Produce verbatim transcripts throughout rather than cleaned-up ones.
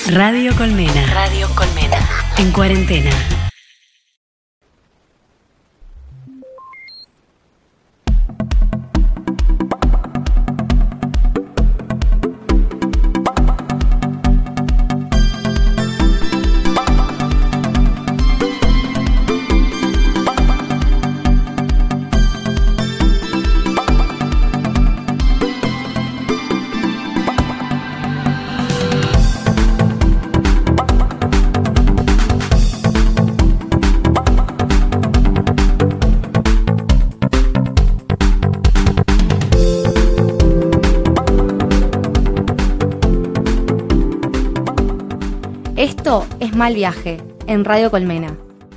Radio Colmena. Radio Colmena. En cuarentena. Esto es Mal Viaje, en Radio Colmena.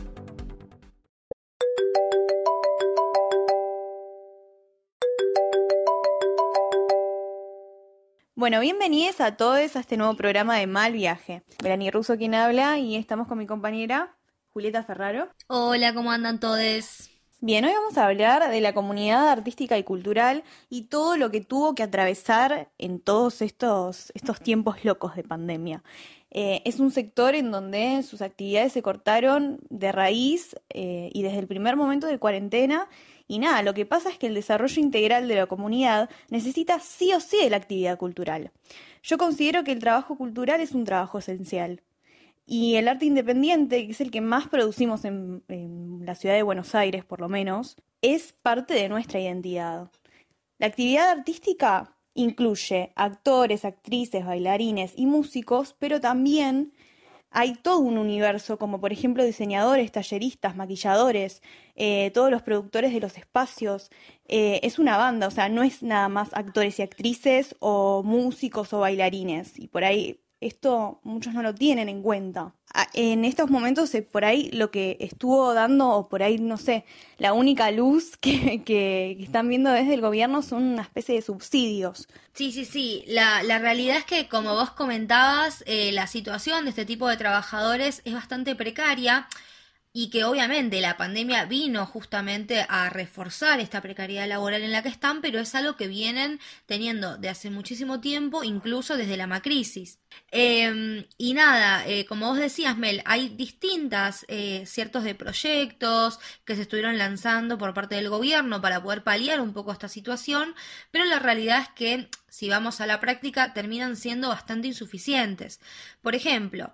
Bueno, bienvenidos a todos a este nuevo programa de Mal Viaje. Melanie Russo quien habla y estamos con mi compañera Julieta Ferraro. Hola, ¿cómo andan todos? Bien, hoy vamos a hablar de la comunidad artística y cultural y todo lo que tuvo que atravesar en todos estos, estos tiempos locos de pandemia. Eh, es un sector en donde sus actividades se cortaron de raíz eh, y desde el primer momento de cuarentena. Y nada, lo que pasa es que el desarrollo integral de la comunidad necesita sí o sí de la actividad cultural. Yo considero que el trabajo cultural es un trabajo esencial. Y el arte independiente, que es el que más producimos en, en la ciudad de Buenos Aires, por lo menos, es parte de nuestra identidad. La actividad artística incluye actores, actrices, bailarines y músicos, pero también hay todo un universo, como por ejemplo diseñadores, talleristas, maquilladores, eh, todos los productores de los espacios. Eh, es una banda, o sea, no es nada más actores y actrices o músicos o bailarines. Y por ahí esto muchos no lo tienen en cuenta. En estos momentos, eh, por ahí lo que estuvo dando, o por ahí, no sé, la única luz que, que, que están viendo desde el gobierno son una especie de subsidios. Sí, sí, sí. La, la realidad es que, como vos comentabas, eh, la situación de este tipo de trabajadores es bastante precaria. Y que obviamente la pandemia vino justamente a reforzar esta precariedad laboral en la que están, pero es algo que vienen teniendo de hace muchísimo tiempo, incluso desde la macrisis. Eh, y nada, eh, como vos decías, Mel, hay distintas eh, ciertos de proyectos que se estuvieron lanzando por parte del gobierno para poder paliar un poco esta situación, pero la realidad es que, si vamos a la práctica, terminan siendo bastante insuficientes. Por ejemplo,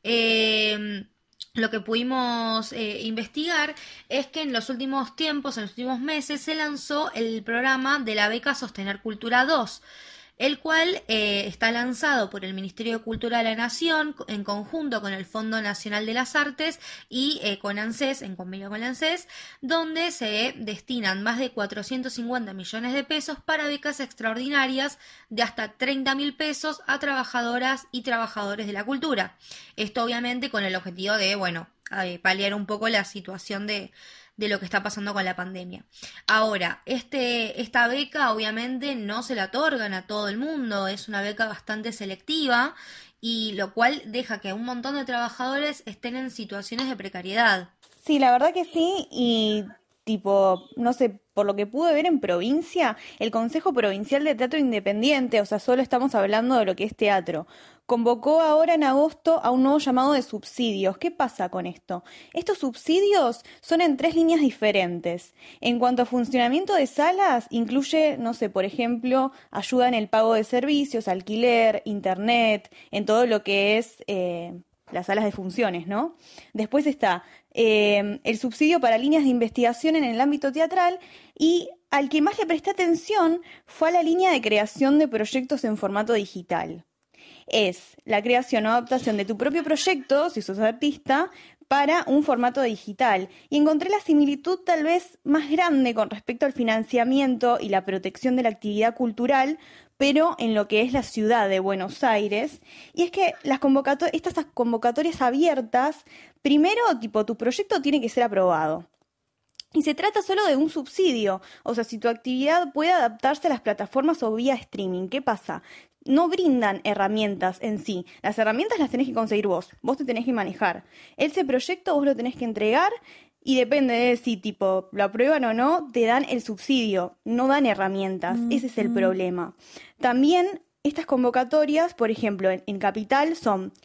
eh... lo que pudimos eh, investigar es que en los últimos tiempos, en los últimos meses, se lanzó el programa de la beca Sostener Cultura dos, el cual eh, está lanzado por el Ministerio de Cultura de la Nación en conjunto con el Fondo Nacional de las Artes y eh, con ANSES, en convenio con ANSES, donde se destinan más de cuatrocientos cincuenta millones de pesos para becas extraordinarias de hasta treinta mil pesos a trabajadoras y trabajadores de la cultura. Esto obviamente con el objetivo de, bueno, eh, paliar un poco la situación de de lo que está pasando con la pandemia. Ahora, este, esta beca obviamente no se la otorgan a todo el mundo, es una beca bastante selectiva, y lo cual deja que un montón de trabajadores estén en situaciones de precariedad. Sí, la verdad que sí, y tipo, no sé, por lo que pude ver en provincia, el Consejo Provincial de Teatro Independiente, o sea, solo estamos hablando de lo que es teatro, convocó ahora en agosto a un nuevo llamado de subsidios. ¿Qué pasa con esto? Estos subsidios son en tres líneas diferentes. En cuanto a funcionamiento de salas, incluye, no sé, por ejemplo, ayuda en el pago de servicios, alquiler, internet, en todo lo que es eh, las salas de funciones, ¿no? Después está eh, el subsidio para líneas de investigación en el ámbito teatral, y al que más le presté atención fue a la línea de creación de proyectos en formato digital. Es la creación o adaptación de tu propio proyecto, si sos artista, para un formato digital. Y encontré la similitud tal vez más grande con respecto al financiamiento y la protección de la actividad cultural, pero en lo que es la ciudad de Buenos Aires. Y es que las convocato- estas convocatorias abiertas, primero, tipo, tu proyecto tiene que ser aprobado. Y se trata solo de un subsidio, o sea, si tu actividad puede adaptarse a las plataformas o vía streaming. ¿Qué pasa? No brindan herramientas en sí. Las herramientas las tenés que conseguir vos, vos te tenés que manejar. Ese proyecto vos lo tenés que entregar y depende de si tipo lo aprueban o no, te dan el subsidio, no dan herramientas. Mm-hmm. Ese es el problema. También estas convocatorias, por ejemplo, en, en Capital son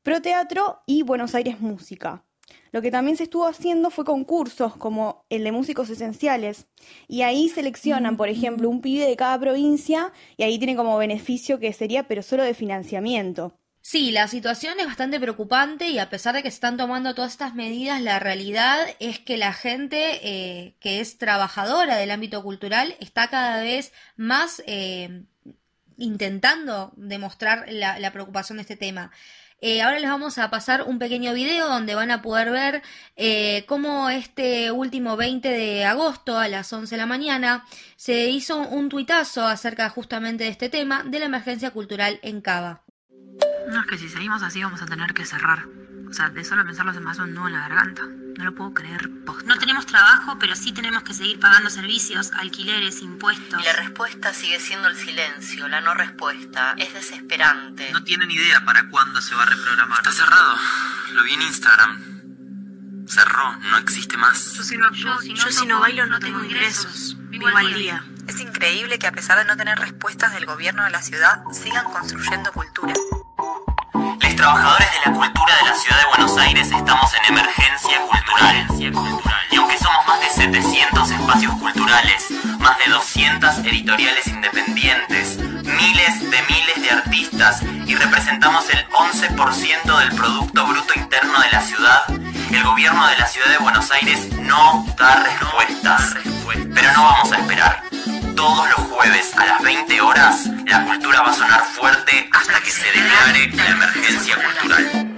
Proteatro y Buenos Aires Música. Lo que también se estuvo haciendo fue concursos como el de músicos esenciales y ahí seleccionan, por ejemplo, un pibe de cada provincia y ahí tiene como beneficio que sería pero solo de financiamiento. Sí, la situación es bastante preocupante y a pesar de que se están tomando todas estas medidas, la realidad es que la gente eh, que es trabajadora del ámbito cultural está cada vez más eh, intentando demostrar la, la preocupación de este tema. Eh, ahora les vamos a pasar un pequeño video donde van a poder ver eh, cómo este último veinte de agosto a las once de la mañana se hizo un tuitazo acerca justamente de este tema de la emergencia cultural en Cava. No, es que si seguimos así vamos a tener que cerrar. O sea, de solo pensarlo se me hace un nudo en la garganta. No lo puedo creer, posta. No tenemos trabajo, pero sí tenemos que seguir pagando servicios, alquileres, impuestos. Y la respuesta sigue siendo el silencio, la no respuesta. Es desesperante. No tienen idea para cuándo se va a reprogramar. Está cerrado. Lo vi en Instagram. Cerró, no existe más. Yo si no actúo, si no, Yo si no bailo no tengo ingresos. Vivo al día. Es increíble que a pesar de no tener respuestas del gobierno de la ciudad, sigan construyendo cultura. Los trabajadores de la cultura de la ciudad de Buenos Aires estamos en emergencia cultural. Y aunque somos más de setecientos espacios culturales, más de doscientas editoriales independientes, miles de miles de artistas y representamos el once por ciento del Producto Bruto Interno de la ciudad, el gobierno de la ciudad de Buenos Aires no da respuestas. Pero no vamos a esperar. Todos los jueves a las veinte horas, la cultura va a sonar fuerte hasta que se declare la emergencia cultural.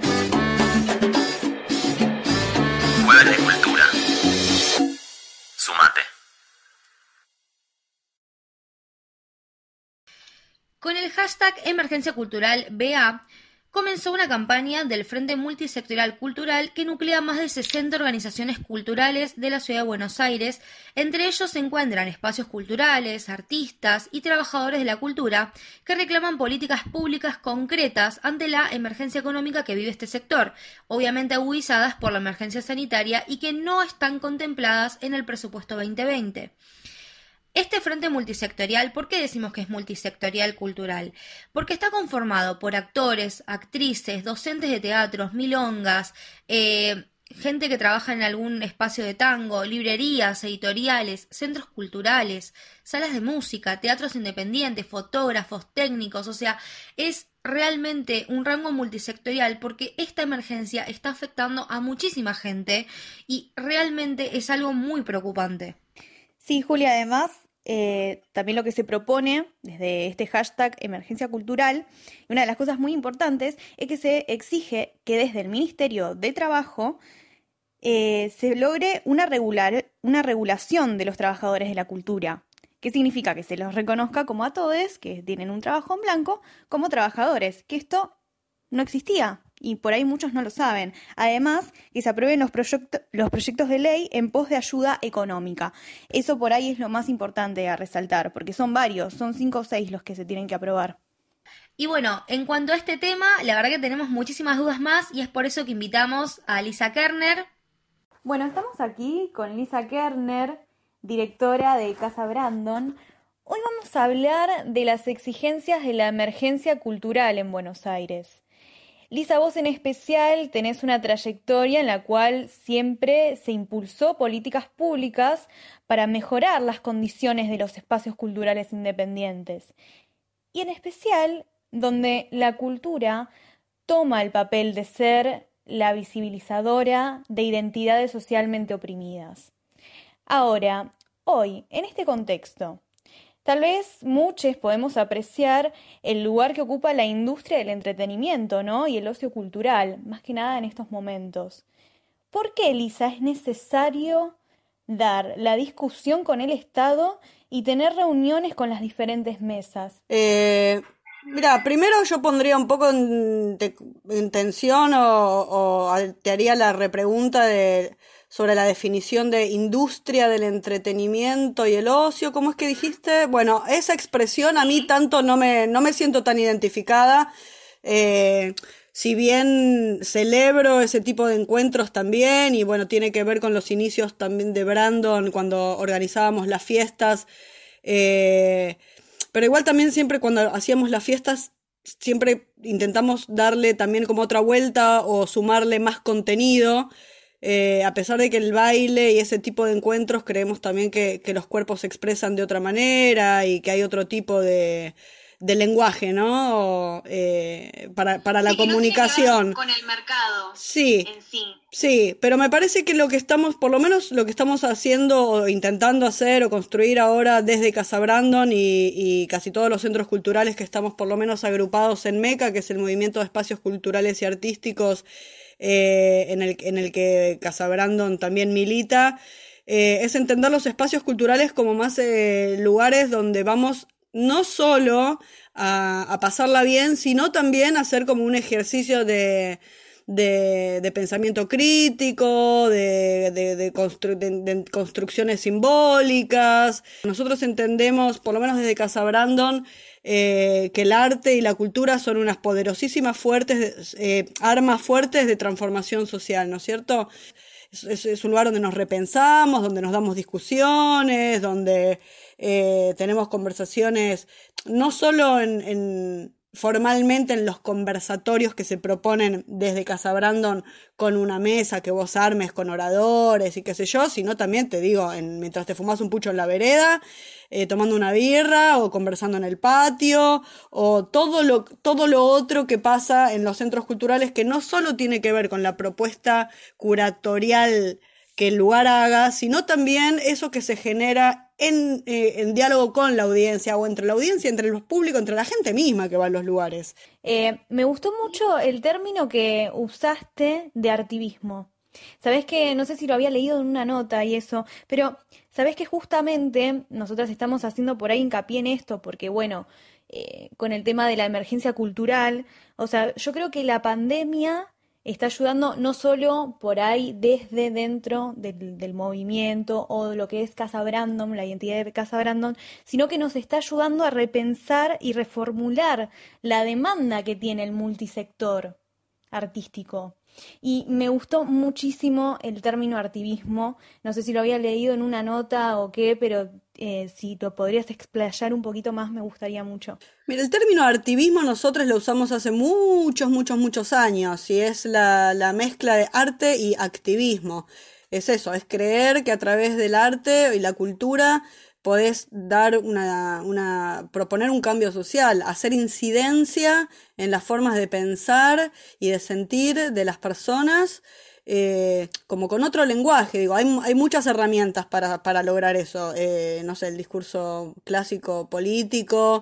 Jueves de Cultura. Sumate. Con el hashtag Emergencia Cultural B A comenzó una campaña del Frente Multisectorial Cultural que nuclea más de sesenta organizaciones culturales de la ciudad de Buenos Aires. Entre ellos se encuentran espacios culturales, artistas y trabajadores de la cultura que reclaman políticas públicas concretas ante la emergencia económica que vive este sector, obviamente agudizadas por la emergencia sanitaria y que no están contempladas en el presupuesto veinte veinte. Este frente multisectorial, ¿por qué decimos que es multisectorial cultural? Porque está conformado por actores, actrices, docentes de teatros, milongas, eh, gente que trabaja en algún espacio de tango, librerías, editoriales, centros culturales, salas de música, teatros independientes, fotógrafos, técnicos, o sea, es realmente un rango multisectorial porque esta emergencia está afectando a muchísima gente y realmente es algo muy preocupante. Sí, Julia, además, eh, también lo que se propone desde este hashtag Emergencia Cultural, y una de las cosas muy importantes es que se exige que desde el Ministerio de Trabajo eh, se logre una, regular, una regulación de los trabajadores de la cultura. ¿Qué significa? Que se los reconozca como a todos que tienen un trabajo en blanco como trabajadores, que esto no existía. Y por ahí muchos no lo saben. Además, que se aprueben los, proyecto, los proyectos de ley en pos de ayuda económica. Eso por ahí es lo más importante a resaltar, porque son varios, son cinco o seis los que se tienen que aprobar. Y bueno, en cuanto a este tema, la verdad que tenemos muchísimas dudas más y es por eso que invitamos a Lisa Kerner. Bueno, estamos aquí con Lisa Kerner, directora de Casa Brandon. Hoy vamos a hablar de las exigencias de la emergencia cultural en Buenos Aires. Lisa, vos en especial tenés una trayectoria en la cual siempre se impulsó políticas públicas para mejorar las condiciones de los espacios culturales independientes. Y en especial donde la cultura toma el papel de ser la visibilizadora de identidades socialmente oprimidas. Ahora, hoy, en este contexto, tal vez muchos podemos apreciar el lugar que ocupa la industria del entretenimiento, ¿no? Y el ocio cultural, más que nada en estos momentos. ¿Por qué, Lisa, es necesario dar la discusión con el Estado y tener reuniones con las diferentes mesas? Eh, mira, primero yo pondría un poco en, de, en tensión o, o te haría la repregunta de... sobre la definición de industria del entretenimiento y el ocio, ¿cómo es que dijiste? Bueno, esa expresión a mí tanto no me, no me siento tan identificada, eh, si bien celebro ese tipo de encuentros también, y bueno, tiene que ver con los inicios también de Brandon cuando organizábamos las fiestas, eh, pero igual también siempre cuando hacíamos las fiestas siempre intentamos darle también como otra vuelta o sumarle más contenido. Eh, a pesar de que el baile y ese tipo de encuentros creemos también que, que los cuerpos se expresan de otra manera y que hay otro tipo de, de lenguaje, ¿no? Eh, para, para la sí, que comunicación. No tiene que ver con el mercado sí, en sí. Sí, pero me parece que lo que estamos, por lo menos lo que estamos haciendo o intentando hacer o construir ahora desde Casa Brandon y, y casi todos los centros culturales que estamos por lo menos agrupados en MECA, que es el Movimiento de Espacios Culturales y Artísticos, Eh, en, el, en el que Casa Brandon también milita, eh, es entender los espacios culturales como más eh, lugares donde vamos no solo a, a pasarla bien, sino también a hacer como un ejercicio de, de, de pensamiento crítico, de, de, de, constru, de, de construcciones simbólicas. Nosotros entendemos, por lo menos desde Casa Brandon, Eh, que el arte y la cultura son unas poderosísimas fuertes, eh, armas fuertes de transformación social, ¿no es cierto? Es, es, es un lugar donde nos repensamos, donde nos damos discusiones, donde eh, tenemos conversaciones, no solo en, en formalmente en los conversatorios que se proponen desde Casa Brandon con una mesa que vos armes con oradores y qué sé yo, sino también, te digo, en, mientras te fumás un pucho en la vereda, eh, tomando una birra o conversando en el patio, o todo lo, todo lo otro que pasa en los centros culturales que no solo tiene que ver con la propuesta curatorial que el lugar haga, sino también eso que se genera en, eh, en diálogo con la audiencia, o entre la audiencia, entre los públicos, entre la gente misma que va a los lugares. Eh, me gustó mucho el término que usaste de artivismo. Sabés que, no sé si lo había leído en una nota y eso, pero sabés que justamente nosotras estamos haciendo por ahí hincapié en esto, porque bueno, eh, con el tema de la emergencia cultural, o sea, yo creo que la pandemia está ayudando no solo por ahí desde dentro del, del movimiento o de lo que es Casa Brandon, la identidad de Casa Brandon, sino que nos está ayudando a repensar y reformular la demanda que tiene el multisector artístico. Y me gustó muchísimo el término artivismo, no sé si lo había leído en una nota o qué, pero eh, si lo podrías explayar un poquito más me gustaría mucho. Mira, el término artivismo nosotros lo usamos hace muchos, muchos, muchos años, y es la, la mezcla de arte y activismo. Es eso, es creer que a través del arte y la cultura podés dar una, una, proponer un cambio social, hacer incidencia en las formas de pensar y de sentir de las personas, eh, como con otro lenguaje. Digo, hay, hay muchas herramientas para, para lograr eso. Eh, no sé, el discurso clásico político,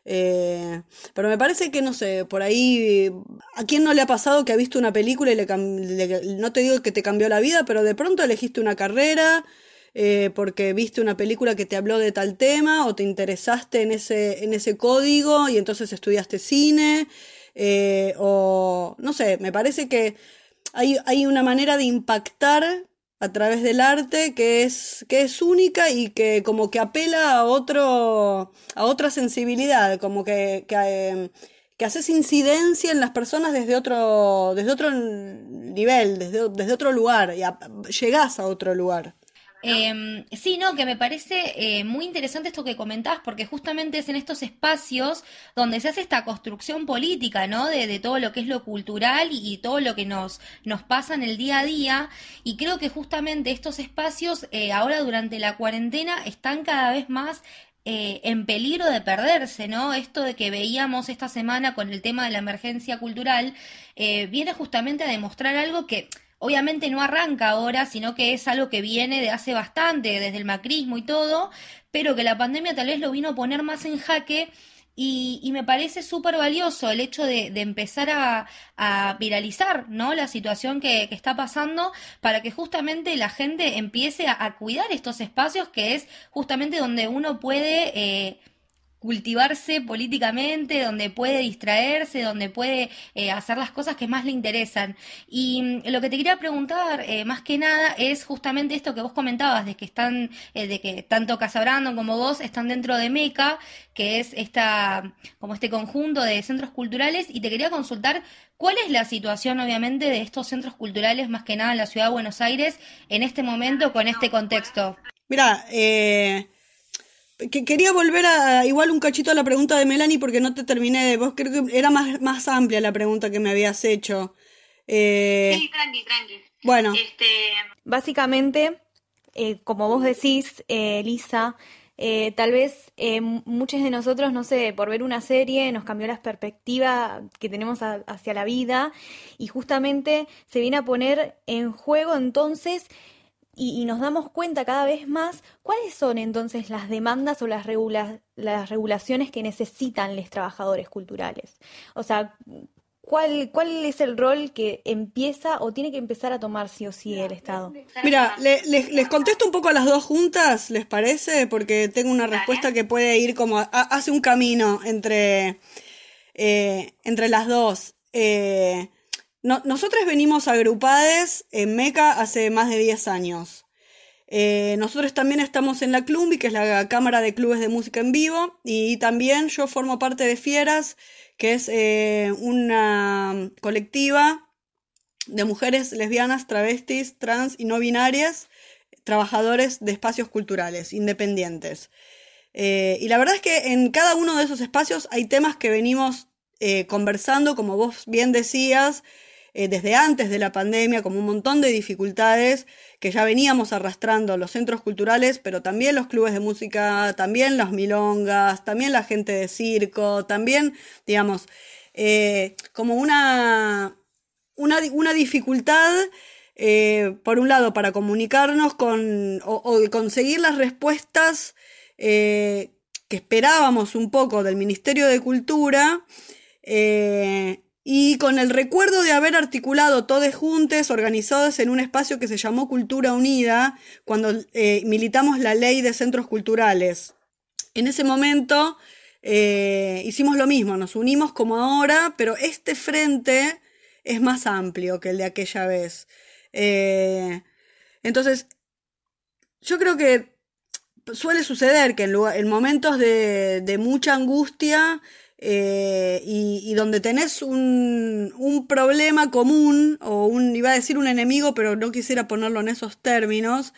eh, pero me parece que, no sé, por ahí, ¿a quién no le ha pasado que ha visto una película y le, le no te digo que te cambió la vida, pero de pronto elegiste una carrera, Eh, porque viste una película que te habló de tal tema o te interesaste en ese, en ese código y entonces estudiaste cine, eh, o no sé, me parece que hay, hay una manera de impactar a través del arte que es, que es única y que como que apela a otro, a otra sensibilidad, como que, que, eh, que haces incidencia en las personas desde otro, desde otro nivel, desde, desde otro lugar, y a, llegás a otro lugar. Eh, sí, no, que me parece eh, muy interesante esto que comentás, porque justamente es en estos espacios donde se hace esta construcción política, ¿no? De, de todo lo que es lo cultural y, y todo lo que nos, nos pasa en el día a día, y creo que justamente estos espacios eh, ahora durante la cuarentena están cada vez más Eh, en peligro de perderse, ¿no? Esto de que veíamos esta semana con el tema de la emergencia cultural, eh, viene justamente a demostrar algo que obviamente no arranca ahora, sino que es algo que viene de hace bastante, desde el macrismo y todo, pero que la pandemia tal vez lo vino a poner más en jaque. Y, y me parece súper valioso el hecho de, de empezar a, a viralizar, ¿no? La situación que, que está pasando, para que justamente la gente empiece a, a cuidar estos espacios, que es justamente donde uno puede eh, cultivarse políticamente, donde puede distraerse, donde puede eh, hacer las cosas que más le interesan. Y mm, lo que te quería preguntar, eh, más que nada, es justamente esto que vos comentabas, de que están, eh, de que tanto Casa Brandon como vos están dentro de MECA, que es esta, como este conjunto de centros culturales, y te quería consultar cuál es la situación, obviamente, de estos centros culturales, más que nada en la ciudad de Buenos Aires, en este momento, con este contexto. Mira, eh... que quería volver a igual un cachito a la pregunta de Melanie porque no te terminé de vos, creo que era más, más amplia la pregunta que me habías hecho. Eh, Sí, tranqui, tranqui. bueno, Este, Básicamente, eh, como vos decís, eh, Lisa, eh, tal vez eh, m- muchos de nosotros, no sé, por ver una serie nos cambió la perspectiva que tenemos a- hacia la vida y justamente se viene a poner en juego entonces y, y nos damos cuenta cada vez más cuáles son entonces las demandas o las regula- las regulaciones que necesitan los trabajadores culturales. O sea, ¿cuál, cuál es el rol que empieza o tiene que empezar a tomar sí o sí el Estado? mira, le- les, les contesto un poco a las dos juntas, ¿les parece? Porque tengo una respuesta que puede ir como, a- hace un camino entre, eh, entre las dos. Eh, no, nosotros venimos agrupadas en Meca hace más de diez años. Eh, nosotros también estamos en la Clumbi, que es la Cámara de Clubes de Música en Vivo, y también yo formo parte de Fieras, que es eh, una colectiva de mujeres lesbianas, travestis, trans y no binarias, trabajadores de espacios culturales independientes. Eh, y la verdad es que en cada uno de esos espacios hay temas que venimos eh, conversando, como vos bien decías, eh, desde antes de la pandemia, como un montón de dificultades que ya veníamos arrastrando los centros culturales, pero también los clubes de música, también las milongas, también la gente de circo, también, digamos, eh, como una, una, una dificultad, eh, por un lado, para comunicarnos con, o, o conseguir las respuestas eh, que esperábamos un poco del Ministerio de Cultura, eh, y con el recuerdo de haber articulado todos juntos, organizados en un espacio que se llamó Cultura Unida, cuando eh, militamos la ley de centros culturales. En ese momento eh, hicimos lo mismo, nos unimos como ahora, pero este frente es más amplio que el de aquella vez. Eh, entonces, yo creo que suele suceder que en, lugar- en momentos de, de mucha angustia eh, y, y donde tenés un, un problema común, o un, iba a decir un enemigo, pero no quisiera ponerlo en esos términos,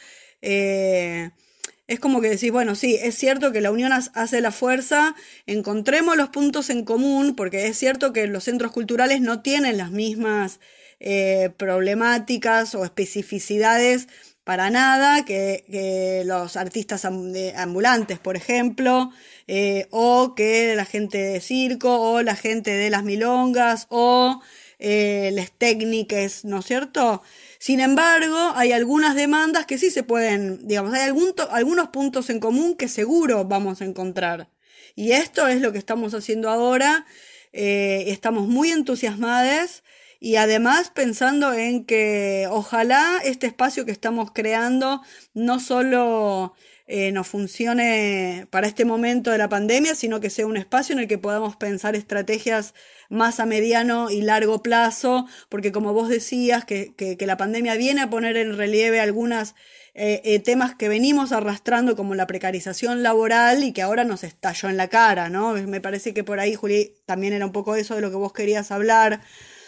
eh, es como que decís, bueno, sí, es cierto que la unión has- hace la fuerza, encontremos los puntos en común, porque es cierto que los centros culturales no tienen las mismas eh, problemáticas o especificidades para nada que, que los artistas am- de- ambulantes, por ejemplo, eh, o que la gente de circo, o la gente de las milongas, o eh, las técnicas, ¿no es cierto? Sin embargo, hay algunas demandas que sí se pueden, digamos, hay algún to- algunos puntos en común que seguro vamos a encontrar. Y esto es lo que estamos haciendo ahora. Eh, estamos muy entusiasmadas y además pensando en que ojalá este espacio que estamos creando no solo eh, nos funcione para este momento de la pandemia, sino que sea un espacio en el que podamos pensar estrategias más a mediano y largo plazo, porque como vos decías, que, que, que la pandemia viene a poner en relieve algunas eh, eh, temas que venimos arrastrando, como la precarización laboral, y que ahora nos estalló en la cara, ¿no? Me parece que por ahí, Juli, también era un poco eso de lo que vos querías hablar.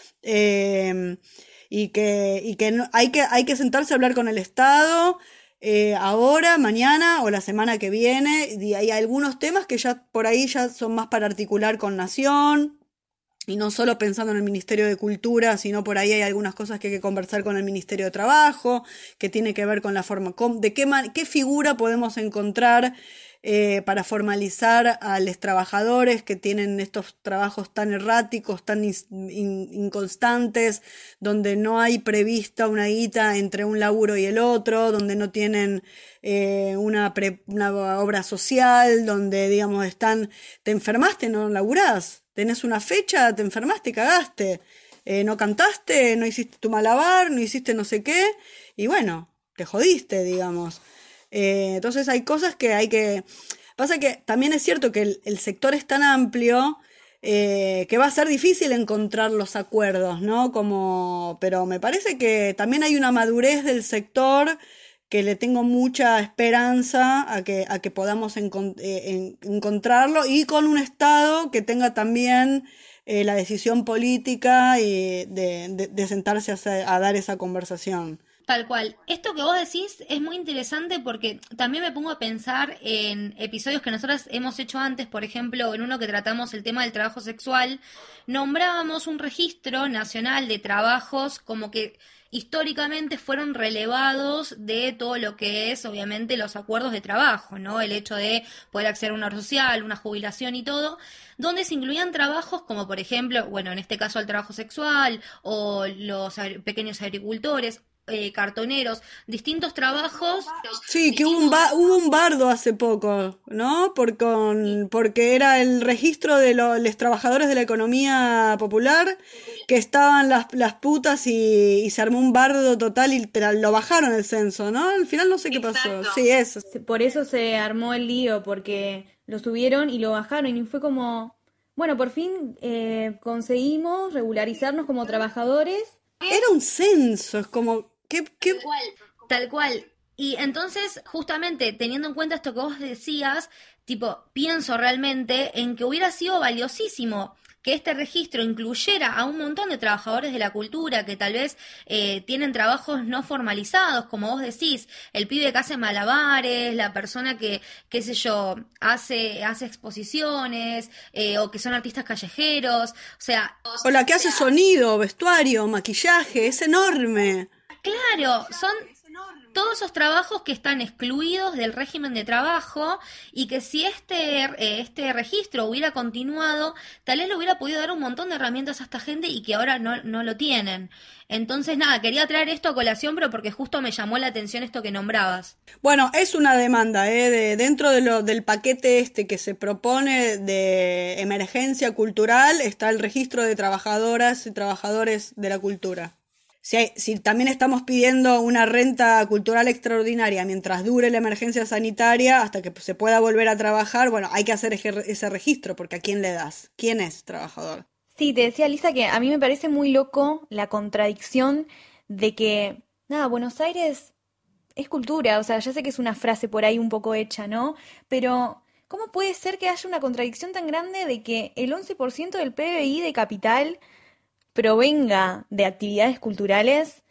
Eh, y que, y que no- hay que hay que sentarse a hablar con el Estado eh, ahora, mañana o la semana que viene, y hay algunos temas que ya por ahí ya son más para articular con Nación, y no solo pensando en el Ministerio de Cultura, sino por ahí hay algunas cosas que hay que conversar con el Ministerio de Trabajo, que tiene que ver con la forma, con- de qué, ma- qué figura podemos encontrar eh, para formalizar a los trabajadores que tienen estos trabajos tan erráticos, tan ins- in- inconstantes, donde no hay prevista una guita entre un laburo y el otro, donde no tienen eh, una, pre- una obra social, donde, digamos, están, te enfermaste, no laburás, tenés una fecha, te enfermaste, cagaste, eh, no cantaste, no hiciste tu malabar, no hiciste no sé qué, y bueno, te jodiste, digamos. Eh, entonces hay cosas que hay que... Pasa que también es cierto que el, el sector es tan amplio eh, que va a ser difícil encontrar los acuerdos, ¿no? Como, pero me parece que también hay una madurez del sector que le tengo mucha esperanza a que, a que podamos encon- eh, en- encontrarlo, y con un Estado que tenga también eh, la decisión política y de, de- de sentarse a, hacer- a dar esa conversación. Tal cual. Esto que vos decís es muy interesante porque también me pongo a pensar en episodios que nosotros hemos hecho antes, por ejemplo, en uno que tratamos el tema del trabajo sexual, nombrábamos un registro nacional de trabajos como que históricamente fueron relevados de todo lo que es, obviamente, los acuerdos de trabajo, ¿no? El hecho de poder acceder a una obra social, una jubilación y todo, donde se incluían trabajos como, por ejemplo, bueno, en este caso el trabajo sexual o los agri- pequeños agricultores, eh, cartoneros, distintos trabajos. Sí, que hubo un, ba- hubo un bardo hace poco, ¿no? Por con, porque era el registro de lo- los trabajadores de la economía popular, que estaban las, las putas y, y se armó un bardo total y pero lo bajaron el censo, ¿no? Al final no sé qué pasó. Sí, eso. Por eso se armó el lío, porque lo subieron y lo bajaron y fue como, bueno, por fin eh, conseguimos regularizarnos como trabajadores. Era un censo, es como, ¿qué, qué? Tal cual. Y entonces, justamente teniendo en cuenta esto que vos decías, tipo, pienso realmente en que hubiera sido valiosísimo que este registro incluyera a un montón de trabajadores de la cultura que tal vez eh, tienen trabajos no formalizados, como vos decís, el pibe que hace malabares, la persona que, qué sé yo, hace, hace exposiciones, eh, o que son artistas callejeros, o sea... O la que hace sonido, vestuario, maquillaje, es enorme. Claro, son todos esos trabajos que están excluidos del régimen de trabajo y que si este, eh, este registro hubiera continuado, tal vez le hubiera podido dar un montón de herramientas a esta gente y que ahora no, no lo tienen. Entonces, nada, quería traer esto a colación, pero porque justo me llamó la atención esto que nombrabas. Bueno, es una demanda, ¿eh? De, dentro de lo, del paquete este que se propone de emergencia cultural está el registro de trabajadoras y trabajadores de la cultura. Si, hay, si también estamos pidiendo una renta cultural extraordinaria mientras dure la emergencia sanitaria hasta que se pueda volver a trabajar, bueno, hay que hacer ese registro, porque ¿a quién le das? ¿Quién es trabajador? Sí, te decía Lisa que a mí me parece muy loco la contradicción de que, nada, Buenos Aires es cultura, o sea, ya sé que es una frase por ahí un poco hecha, ¿no? Pero ¿cómo puede ser que haya una contradicción tan grande de que el once por ciento del P B I de Capital provenga de actividades culturales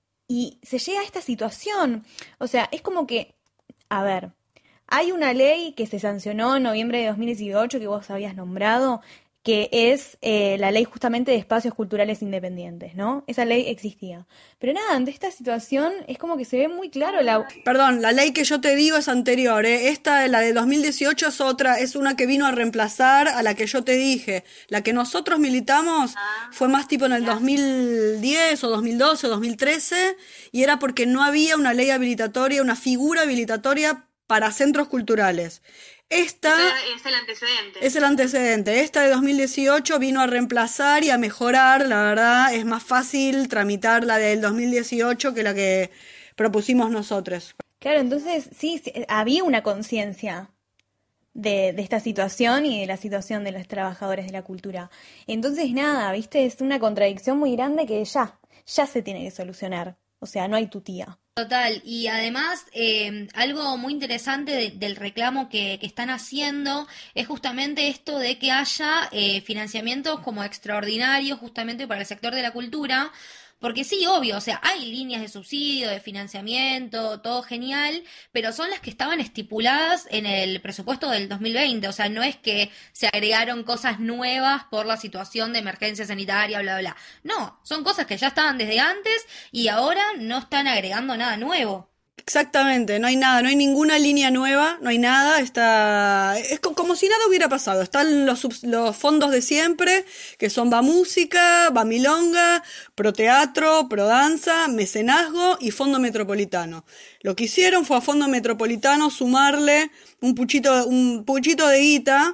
y se llega a esta situación? O sea, es como que, a ver, hay una ley que se sancionó en noviembre de dos mil dieciocho que vos habías nombrado, que es eh, la ley justamente de espacios culturales independientes, ¿no? Esa ley existía. Pero nada, ante esta situación es como que se ve muy claro la... Perdón, la ley que yo te digo es anterior, ¿eh? Esta, la de dos mil dieciocho, es otra, es una que vino a reemplazar a la que yo te dije. La que nosotros militamos fue más tipo en el dos mil diez o dos mil doce o dos mil trece y era porque no había una ley habilitatoria, una figura habilitatoria para centros culturales. Esta es el antecedente. Es el antecedente. Esta de dos mil dieciocho vino a reemplazar y a mejorar, la verdad, es más fácil tramitar la del dos mil dieciocho que la que propusimos nosotros. Claro, entonces sí, sí había una conciencia de, de esta situación y de la situación de los trabajadores de la cultura. Entonces nada, viste, es una contradicción muy grande que ya, ya se tiene que solucionar. O sea, no hay tutía. Total, y además eh, algo muy interesante de, del reclamo que, que están haciendo es justamente esto de que haya eh, financiamientos como extraordinarios justamente para el sector de la cultura, porque sí, obvio, o sea, hay líneas de subsidio, de financiamiento, todo genial, pero son las que estaban estipuladas en el presupuesto del dos mil veinte, o sea, no es que se agregaron cosas nuevas por la situación de emergencia sanitaria, bla, bla, bla. No, son cosas que ya estaban desde antes y ahora no están agregando nada nuevo. Exactamente, no hay nada, no hay ninguna línea nueva, no hay nada, está es co- como si nada hubiera pasado. Están los, subs- los fondos de siempre, que son Va Música, Va Milonga, Pro Teatro, Pro Danza, Mecenazgo y Fondo Metropolitano. Lo que hicieron fue a Fondo Metropolitano sumarle un puchito, un puchito de guita,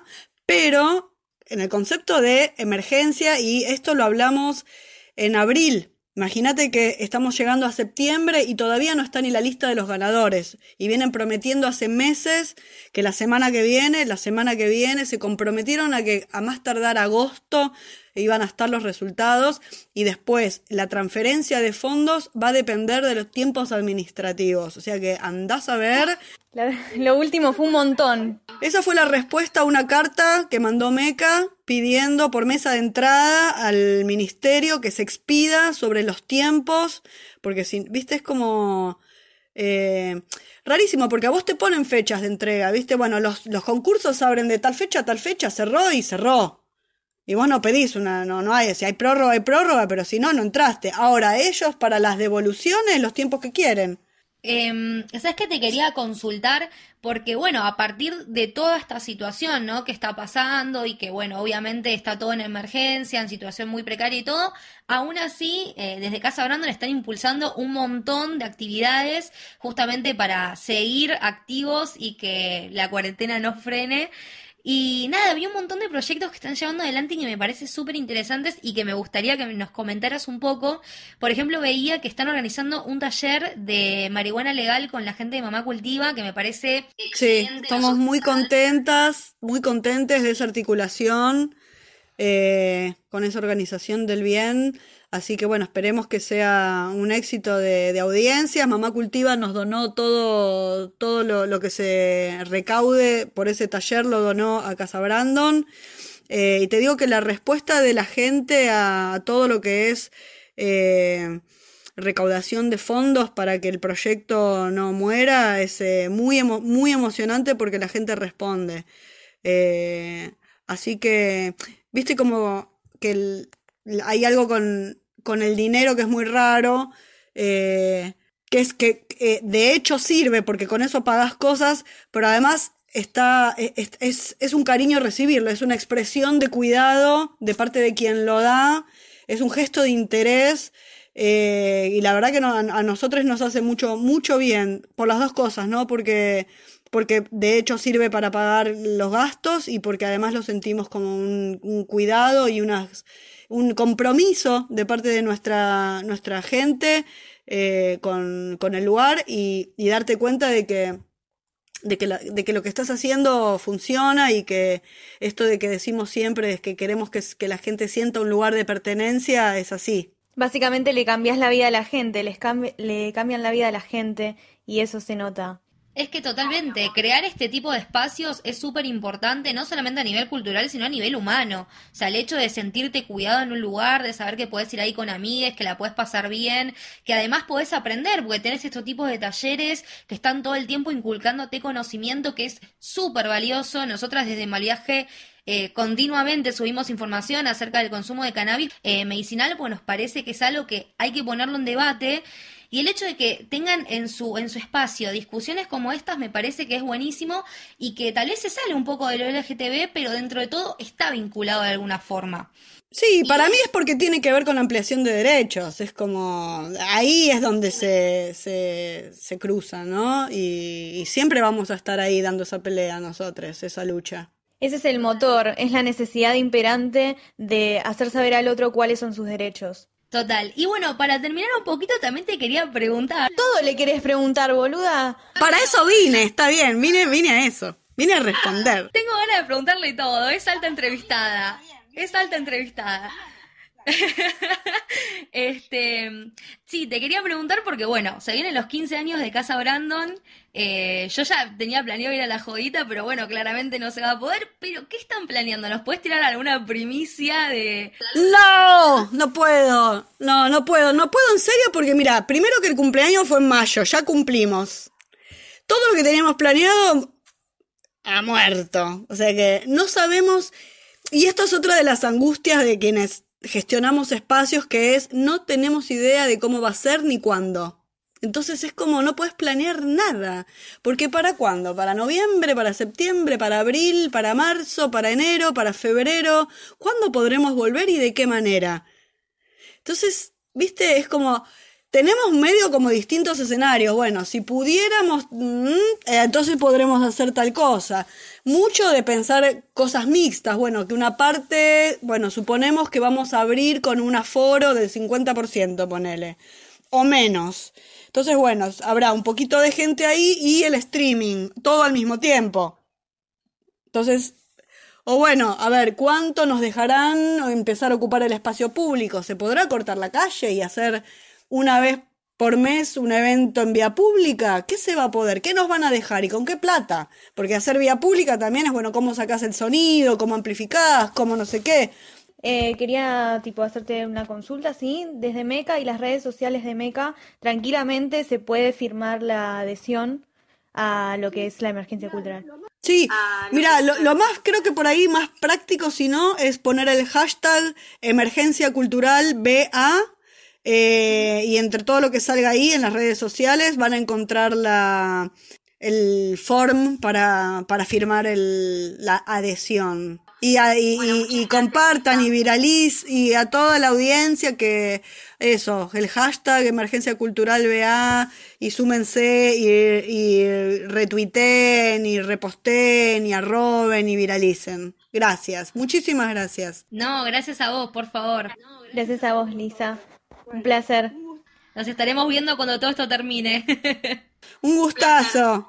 pero en el concepto de emergencia, y esto lo hablamos en abril. Imagínate que estamos llegando a septiembre y todavía no está ni la lista de los ganadores. Y vienen prometiendo hace meses que la semana que viene, la semana que viene, se comprometieron a que a más tardar agosto iban a estar los resultados, y después la transferencia de fondos va a depender de los tiempos administrativos. O sea que andás a ver. La, lo último fue un montón. Esa fue la respuesta a una carta que mandó Meca pidiendo por mesa de entrada al ministerio que se expida sobre los tiempos, porque si, viste, es como eh, rarísimo, porque a vos te ponen fechas de entrega, viste, bueno, los, los concursos abren de tal fecha a tal fecha, cerró y cerró. Y vos no pedís una, no, no hay, si hay prórroga, hay prórroga, pero si no, no entraste. Ahora ellos para las devoluciones, los tiempos que quieren. Eh, ¿Sabes qué te quería consultar? Porque, bueno, a partir de toda esta situación, ¿no?, que está pasando y que, bueno, obviamente está todo en emergencia, en situación muy precaria y todo, aún así, eh, desde Casa Brandon están impulsando un montón de actividades justamente para seguir activos y que la cuarentena no frene. Y nada, vi un montón de proyectos que están llevando adelante y que me parecen súper interesantes y que me gustaría que nos comentaras un poco. Por ejemplo, veía que están organizando un taller de marihuana legal con la gente de Mamá Cultiva, que me parece excelente. Sí, estamos muy contentas, muy contentes de esa articulación eh, con esa organización del bien. Así que bueno, esperemos que sea un éxito de, de audiencias. Mamá Cultiva nos donó todo, todo lo, lo que se recaude por ese taller, lo donó a Casa Brandon. Eh, y te digo que la respuesta de la gente a, a todo lo que es eh, recaudación de fondos para que el proyecto no muera es eh, muy, emo- muy emocionante porque la gente responde. Eh, así que, viste como que el... hay algo con, con el dinero que es muy raro, eh, que es que eh, de hecho sirve porque con eso pagás cosas, pero además está es, es, es un cariño recibirlo, es una expresión de cuidado de parte de quien lo da, es un gesto de interés, eh, y la verdad que no, a, a nosotros nos hace mucho, mucho bien, por las dos cosas, ¿no? Porque... porque de hecho sirve para pagar los gastos y porque además lo sentimos como un, un cuidado y unas, un compromiso de parte de nuestra, nuestra gente eh, con, con el lugar y, y darte cuenta de que, de, que la, de que lo que estás haciendo funciona y que esto de que decimos siempre es que queremos que, que la gente sienta un lugar de pertenencia es así. Básicamente le cambias la vida a la gente, les cambi- le cambian la vida a la gente y eso se nota. Es que totalmente, crear este tipo de espacios es súper importante, no solamente a nivel cultural, sino a nivel humano. O sea, el hecho de sentirte cuidado en un lugar, de saber que podés ir ahí con amigues, que la podés pasar bien, que además podés aprender, porque tenés estos tipos de talleres que están todo el tiempo inculcándote conocimiento que es súper valioso. Nosotras desde Malviaje Eh, continuamente subimos información acerca del consumo de cannabis eh, medicinal, pues nos parece que es algo que hay que ponerlo en debate, y el hecho de que tengan en su en su espacio discusiones como estas me parece que es buenísimo y que tal vez se sale un poco de lo L G T B, pero dentro de todo está vinculado de alguna forma. Sí, para mí es porque tiene que ver con la ampliación de derechos, es como, ahí es donde se, se, se cruza, ¿no? Y, y siempre vamos a estar ahí dando esa pelea nosotros, esa lucha. Ese es el motor, es la necesidad imperante de hacer saber al otro cuáles son sus derechos. Total. Y bueno, para terminar un poquito también te quería preguntar. ¿Todo le querés preguntar, boluda? Para eso vine, está bien, vine, vine a eso. Vine a responder. Tengo ganas de preguntarle todo, es alta entrevistada. Es alta entrevistada. este, sí, te quería preguntar porque, bueno, se vienen los quince años de Casa Brandon. Eh, yo ya tenía planeado ir a la jodita, pero bueno, claramente no se va a poder. Pero, ¿qué están planeando? ¿Nos puedes tirar alguna primicia de...? No, no puedo. No, no puedo. No puedo en serio porque, mira, primero que el cumpleaños fue en mayo, ya cumplimos. Todo lo que teníamos planeado ha muerto. O sea que no sabemos... Y esto es otra de las angustias de quienes gestionamos espacios, que es no tenemos idea de cómo va a ser ni cuándo. Entonces es como no puedes planear nada. Porque ¿para cuándo? ¿Para noviembre? ¿Para septiembre? ¿Para abril? ¿Para marzo? ¿Para enero? ¿Para febrero? ¿Cuándo podremos volver y de qué manera? Entonces, viste, es como... Tenemos medio como distintos escenarios. Bueno, si pudiéramos, mmm, eh, entonces podremos hacer tal cosa. Mucho de pensar cosas mixtas. Bueno, que una parte, bueno, suponemos que vamos a abrir con un aforo del cincuenta por ciento, ponele. O menos. Entonces, bueno, habrá un poquito de gente ahí y el streaming. Todo al mismo tiempo. Entonces, O bueno, a ver, ¿cuánto nos dejarán empezar a ocupar el espacio público? ¿Se podrá cortar la calle y hacer una vez por mes un evento en vía pública? ¿Qué se va a poder? ¿Qué nos van a dejar? ¿Y con qué plata? Porque hacer vía pública también es, bueno, cómo sacás el sonido, cómo amplificás, cómo no sé qué. Eh, quería tipo hacerte una consulta, ¿sí? Desde Meca y las redes sociales de Meca, tranquilamente se puede firmar la adhesión a lo que es la emergencia cultural. Sí, mira, lo, lo más, creo que por ahí más práctico, si no, es poner el hashtag emergencia cultural B A, eh, y entre todo lo que salga ahí en las redes sociales van a encontrar la, el form para, para firmar el, la adhesión. Y, a, y, y, y compartan y viralicen, y a toda la audiencia que eso, el hashtag emergencia cultural B A, y súmense y, y retuiteen y reposteen y arroben y viralicen. Gracias, muchísimas gracias. No, gracias a vos, por favor. Gracias a vos, Lisa. Un placer. Nos estaremos viendo cuando todo esto termine. Un gustazo.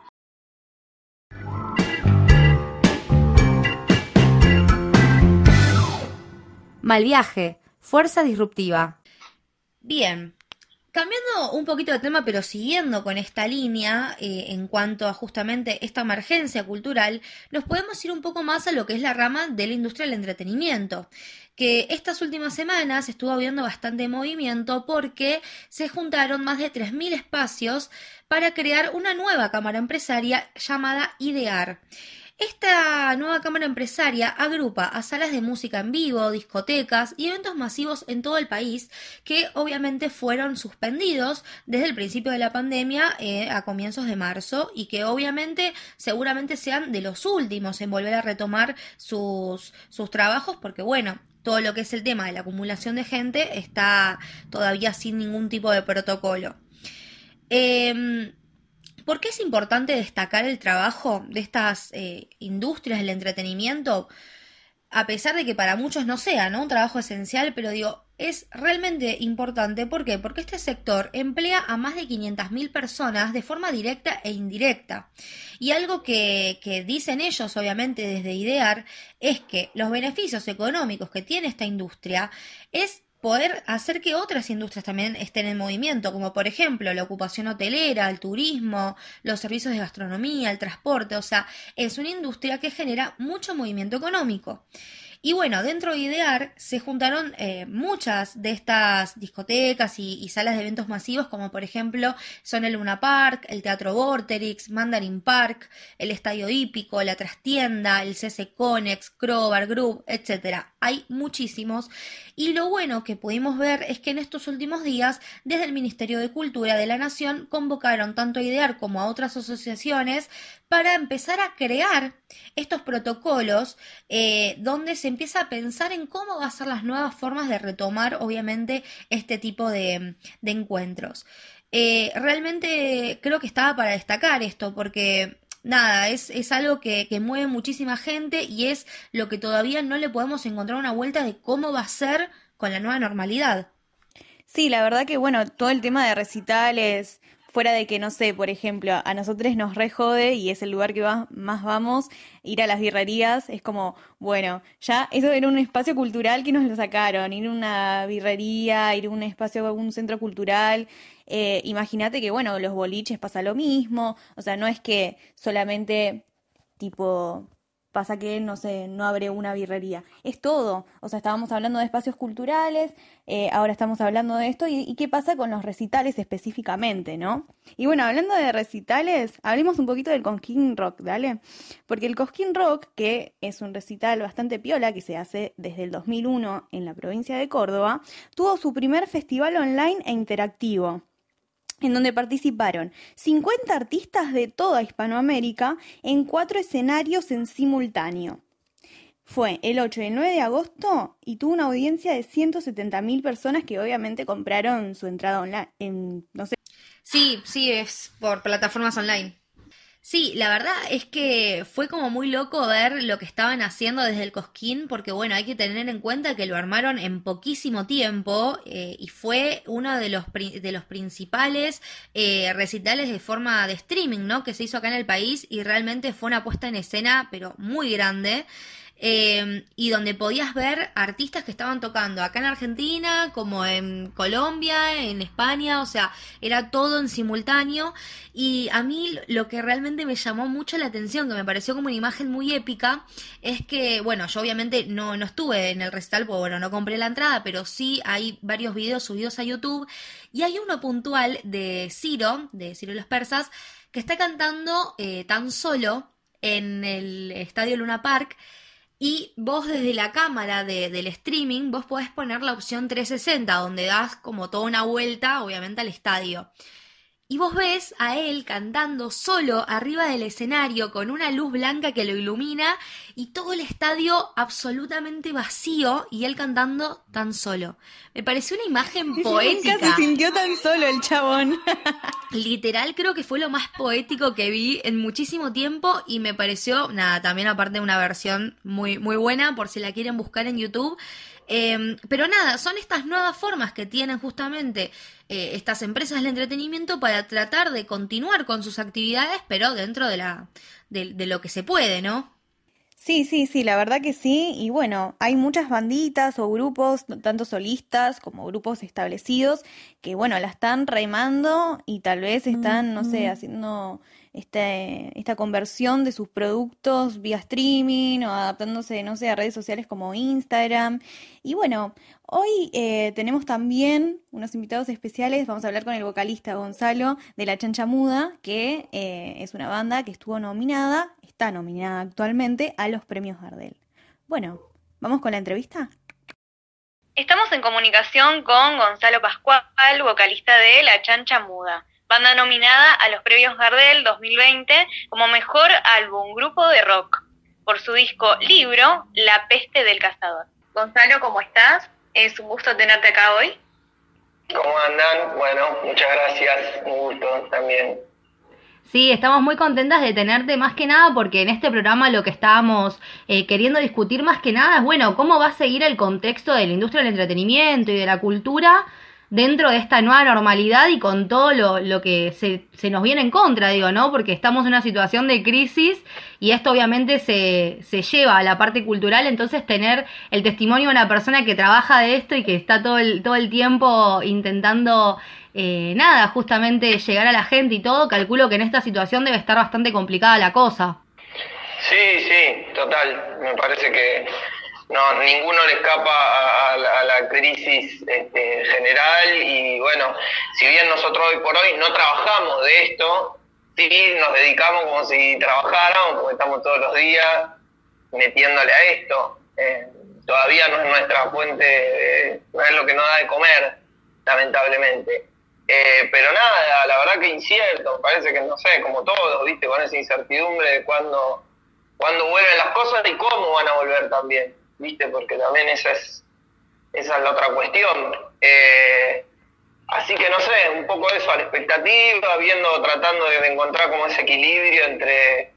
Mal viaje, fuerza disruptiva. Bien, cambiando un poquito de tema, pero siguiendo con esta línea, eh, en cuanto a justamente esta emergencia cultural, nos podemos ir un poco más a lo que es la rama de la industria del entretenimiento, que estas últimas semanas estuvo habiendo bastante movimiento porque se juntaron más de tres mil espacios para crear una nueva cámara empresaria llamada IDEAR. Esta nueva cámara empresaria agrupa a salas de música en vivo, discotecas y eventos masivos en todo el país que obviamente fueron suspendidos desde el principio de la pandemia eh, a comienzos de marzo y que obviamente seguramente sean de los últimos en volver a retomar sus, sus trabajos porque bueno, todo lo que es el tema de la acumulación de gente está todavía sin ningún tipo de protocolo. Eh, ¿Por qué es importante destacar el trabajo de estas eh, industrias del entretenimiento? A pesar de que para muchos no sea, ¿no?, un trabajo esencial, pero digo, es realmente importante. ¿Por qué? Porque este sector emplea a más de quinientas mil personas de forma directa e indirecta. Y algo que, que dicen ellos, obviamente, desde IDEAR, es que los beneficios económicos que tiene esta industria es poder hacer que otras industrias también estén en movimiento, como por ejemplo la ocupación hotelera, el turismo, los servicios de gastronomía, el transporte, o sea, es una industria que genera mucho movimiento económico. Y bueno, dentro de IDEAR se juntaron eh, muchas de estas discotecas y, y salas de eventos masivos, como por ejemplo son el Luna Park, el Teatro Vorterix, Mandarin Park, el Estadio Hípico, la Trastienda, el C C Conex, Crobar Group, etcétera. Hay muchísimos. Y lo bueno que pudimos ver es que en estos últimos días, desde el Ministerio de Cultura de la Nación, convocaron tanto a IDEAR como a otras asociaciones para empezar a crear estos protocolos eh, donde se empieza a pensar en cómo va a ser las nuevas formas de retomar, obviamente, este tipo de, de encuentros. Eh, realmente creo que estaba para destacar esto porque nada, es, es algo que, que mueve muchísima gente y es lo que todavía no le podemos encontrar una vuelta de cómo va a ser con la nueva normalidad. Sí, la verdad que bueno, todo el tema de recitales, fuera de que, no sé, por ejemplo, a nosotros nos re jode y es el lugar que va, más vamos, ir a las birrerías, es como, bueno, ya eso era un espacio cultural que nos lo sacaron, ir a una birrería, ir a un espacio, a un centro cultural, eh, imagínate que, bueno, los boliches pasa lo mismo, o sea, no es que solamente, tipo, pasa que, no sé, no abre una birrería, es todo, o sea, estábamos hablando de espacios culturales, eh, ahora estamos hablando de esto, y, y qué pasa con los recitales específicamente, ¿no? Y bueno, hablando de recitales, hablemos un poquito del Cosquín Rock, ¿dale? Porque el Cosquín Rock, que es un recital bastante piola, que se hace desde el dos mil uno en la provincia de Córdoba, tuvo su primer festival online e interactivo, en donde participaron cincuenta artistas de toda Hispanoamérica en cuatro escenarios en simultáneo. Fue el ocho y el nueve de agosto y tuvo una audiencia de ciento setenta mil personas que obviamente compraron su entrada online, en, no sé. Sí, sí, es por plataformas online. Sí, la verdad es que fue como muy loco ver lo que estaban haciendo desde el Cosquín, porque bueno, hay que tener en cuenta que lo armaron en poquísimo tiempo eh, y fue uno de los, de los principales eh, recitales de forma de streaming, ¿no?, que se hizo acá en el país y realmente fue una puesta en escena, pero muy grande. eh, y donde podías ver artistas que estaban tocando acá en Argentina, como en Colombia, en España, o sea, era todo en simultáneo. Y a mí lo que realmente me llamó mucho la atención, que me pareció como una imagen muy épica, es que, bueno, yo obviamente no, no estuve en el recital, porque bueno, no compré la entrada, pero sí hay varios videos subidos a YouTube, y hay uno puntual de Ciro, de Ciro y los Persas, que está cantando eh, tan solo en el Estadio Luna Park, y vos desde la cámara de, del streaming, vos podés poner la opción trescientos sesenta, donde das como toda una vuelta, obviamente, al estadio. Y vos ves a él cantando solo arriba del escenario con una luz blanca que lo ilumina y todo el estadio absolutamente vacío y él cantando tan solo. Me pareció una imagen poética. Nunca se sintió tan solo el chabón. Literal, creo que fue lo más poético que vi en muchísimo tiempo y me pareció, nada, también aparte una versión muy, muy buena por si la quieren buscar en YouTube. Eh, pero nada, son estas nuevas formas que tienen justamente eh, estas empresas del entretenimiento para tratar de continuar con sus actividades, pero dentro de la de, de lo que se puede, ¿no? Sí, sí, sí, la verdad que sí. Y bueno, hay muchas banditas o grupos, tanto solistas como grupos establecidos, que bueno, la están remando y tal vez están, no sé, haciendo este, esta conversión de sus productos vía streaming o adaptándose, no sé, a redes sociales como Instagram. Y bueno, hoy eh, tenemos también unos invitados especiales. Vamos a hablar con el vocalista Gonzalo de La Chancha Muda, que eh, es una banda que estuvo nominada, está nominada actualmente a los premios Gardel. Bueno, ¿vamos con la entrevista? Estamos en comunicación con Gonzalo Pascual, vocalista de La Chancha Muda, banda nominada a los premios Gardel dos mil veinte como mejor álbum grupo de rock por su disco Libro, La Peste del Cazador. Gonzalo, ¿cómo estás? Es un gusto tenerte acá hoy. ¿Cómo andan? Bueno, muchas gracias, un gusto también. Sí, estamos muy contentas de tenerte más que nada porque en este programa lo que estábamos eh, queriendo discutir más que nada es, bueno, cómo va a seguir el contexto de la industria del entretenimiento y de la cultura dentro de esta nueva normalidad y con todo lo, lo que se, se nos viene en contra, digo, ¿no? Porque estamos en una situación de crisis y esto obviamente se, se lleva a la parte cultural, entonces tener el testimonio de una persona que trabaja de esto y que está todo el, todo el tiempo intentando... Eh, nada, justamente llegar a la gente y todo, calculo que en esta situación debe estar bastante complicada la cosa. Sí, sí, total. Me parece que no ninguno le escapa a, a, la, a la crisis este, general y bueno, si bien nosotros hoy por hoy no trabajamos de esto, sí nos dedicamos como si trabajáramos, porque estamos todos los días metiéndole a esto. Eh, todavía no es nuestra fuente, eh, no es lo que nos da de comer, lamentablemente. Eh, pero nada, la verdad que incierto, parece que no sé, como todos, viste, con esa incertidumbre de cuándo, cuándo vuelven las cosas y cómo van a volver también, viste, porque también esa es, esa es la otra cuestión. Eh, así que no sé, un poco eso, a la expectativa, viendo, tratando de encontrar como ese equilibrio entre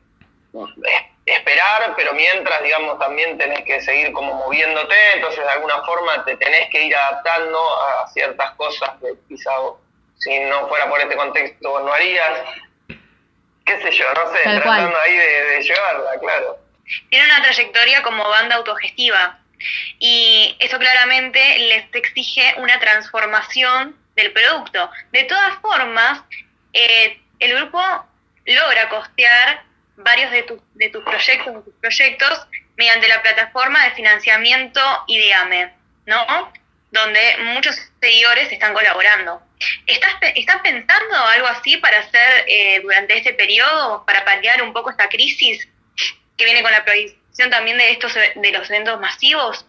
esperar, pero mientras, digamos, también tenés que seguir como moviéndote, entonces de alguna forma te tenés que ir adaptando a ciertas cosas que quizá si no fuera por este contexto no harías, qué sé yo, no sé, Tal tratando cual. ahí de, de llevarla, claro. Tiene una trayectoria como banda autogestiva y eso claramente les exige una transformación del producto. De todas formas, eh, el grupo logra costear varios de, tu, de tus proyectos, de tus proyectos mediante la plataforma de financiamiento Ideame, ¿no? Donde muchos seguidores están colaborando. ¿Estás, ¿Estás pensando algo así para hacer eh, durante este periodo, para paliar un poco esta crisis que viene con la prohibición también de estos de los eventos masivos?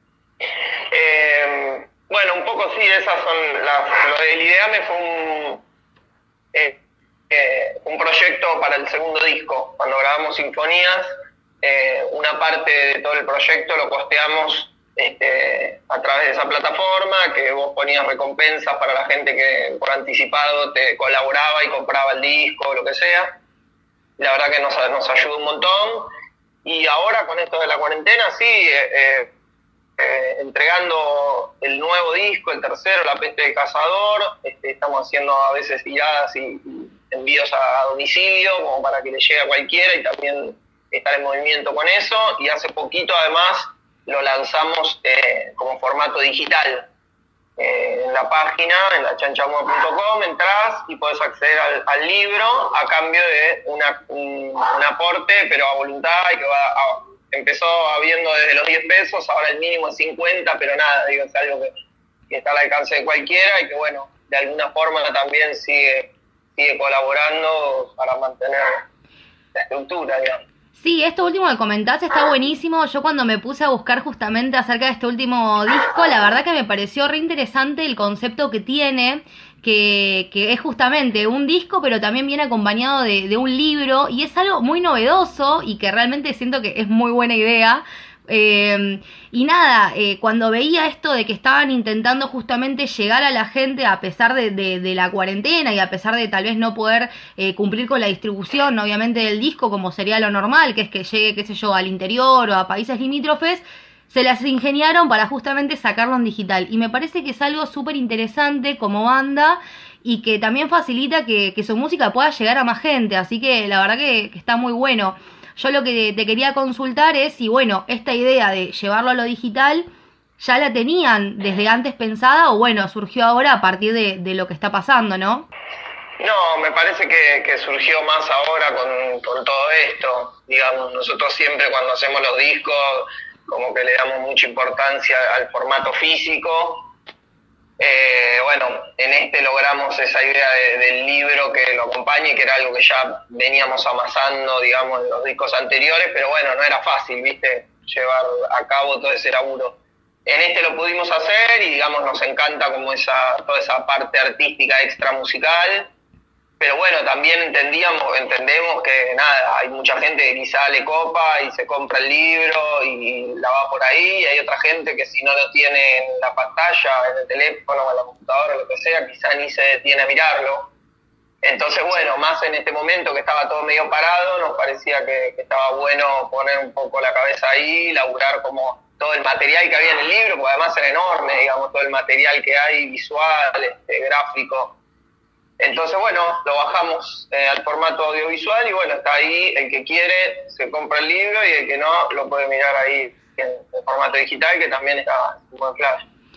Eh, bueno, un poco sí, esas son las, lo del Ideame fue un, eh, eh, un proyecto para el segundo disco. Cuando grabamos Sinfonías, eh, una parte de todo el proyecto lo costeamos Este, a través de esa plataforma, que vos ponías recompensas para la gente que por anticipado te colaboraba y compraba el disco o lo que sea. La verdad que nos, nos ayudó un montón. Y ahora con esto de la cuarentena, sí, eh, eh, entregando el nuevo disco, el tercero, La Peste del Cazador, este, estamos haciendo a veces tiradas y, y envíos a domicilio como para que le llegue a cualquiera y también estar en movimiento con eso, y hace poquito además lo lanzamos eh, como formato digital. Eh, en la página, en la chanchamoa punto com, entras y podés acceder al, al libro a cambio de una, un, un aporte, pero a voluntad, y que va a, empezó habiendo desde los diez pesos, ahora el mínimo es cincuenta, pero nada, digo, es algo que, que está al alcance de cualquiera y que, bueno, de alguna forma también sigue, sigue colaborando para mantener la estructura, digamos. Sí, esto último que comentaste está buenísimo. Yo cuando me puse a buscar justamente acerca de este último disco, la verdad que me pareció re interesante el concepto que tiene, que, que es justamente un disco, pero también viene acompañado de, de un libro, y es algo muy novedoso y que realmente siento que es muy buena idea. Eh, y nada, eh, cuando veía esto de que estaban intentando justamente llegar a la gente a pesar de, de, de la cuarentena y a pesar de tal vez no poder eh, cumplir con la distribución obviamente del disco como sería lo normal, que es que llegue, qué sé yo, al interior o a países limítrofes, se las ingeniaron para justamente sacarlo en digital, y me parece que es algo súper interesante como banda y que también facilita que, que su música pueda llegar a más gente, así que la verdad que, que está muy bueno. Yo lo que te quería consultar es si, bueno, esta idea de llevarlo a lo digital, ¿ya la tenían desde antes pensada o, bueno, surgió ahora a partir de, de lo que está pasando, no? No, me parece que, que surgió más ahora con, con todo esto. Digamos, nosotros siempre cuando hacemos los discos, como que le damos mucha importancia al formato físico. Eh, bueno, en este logramos esa idea de, del libro que lo acompañe, que era algo que ya veníamos amasando, digamos, en los discos anteriores, pero bueno, no era fácil, ¿viste?, llevar a cabo todo ese laburo. En este lo pudimos hacer y, digamos, nos encanta como esa toda esa parte artística extra musical, pero bueno, también entendíamos, entendemos que nada, hay mucha gente que quizá le copa y se compra el libro y la va por ahí, y hay otra gente que si no lo tiene en la pantalla, en el teléfono, en la computadora, lo que sea, quizá ni se detiene a mirarlo. Entonces, bueno, más en este momento que estaba todo medio parado, nos parecía que, que estaba bueno poner un poco la cabeza ahí, laburar como todo el material que había en el libro, porque además era enorme, digamos, todo el material que hay, visual, este, gráfico. Entonces, bueno, lo bajamos eh, al formato audiovisual y, bueno, está ahí. El que quiere se compra el libro y el que no lo puede mirar ahí en, en formato digital, que también está muy claro.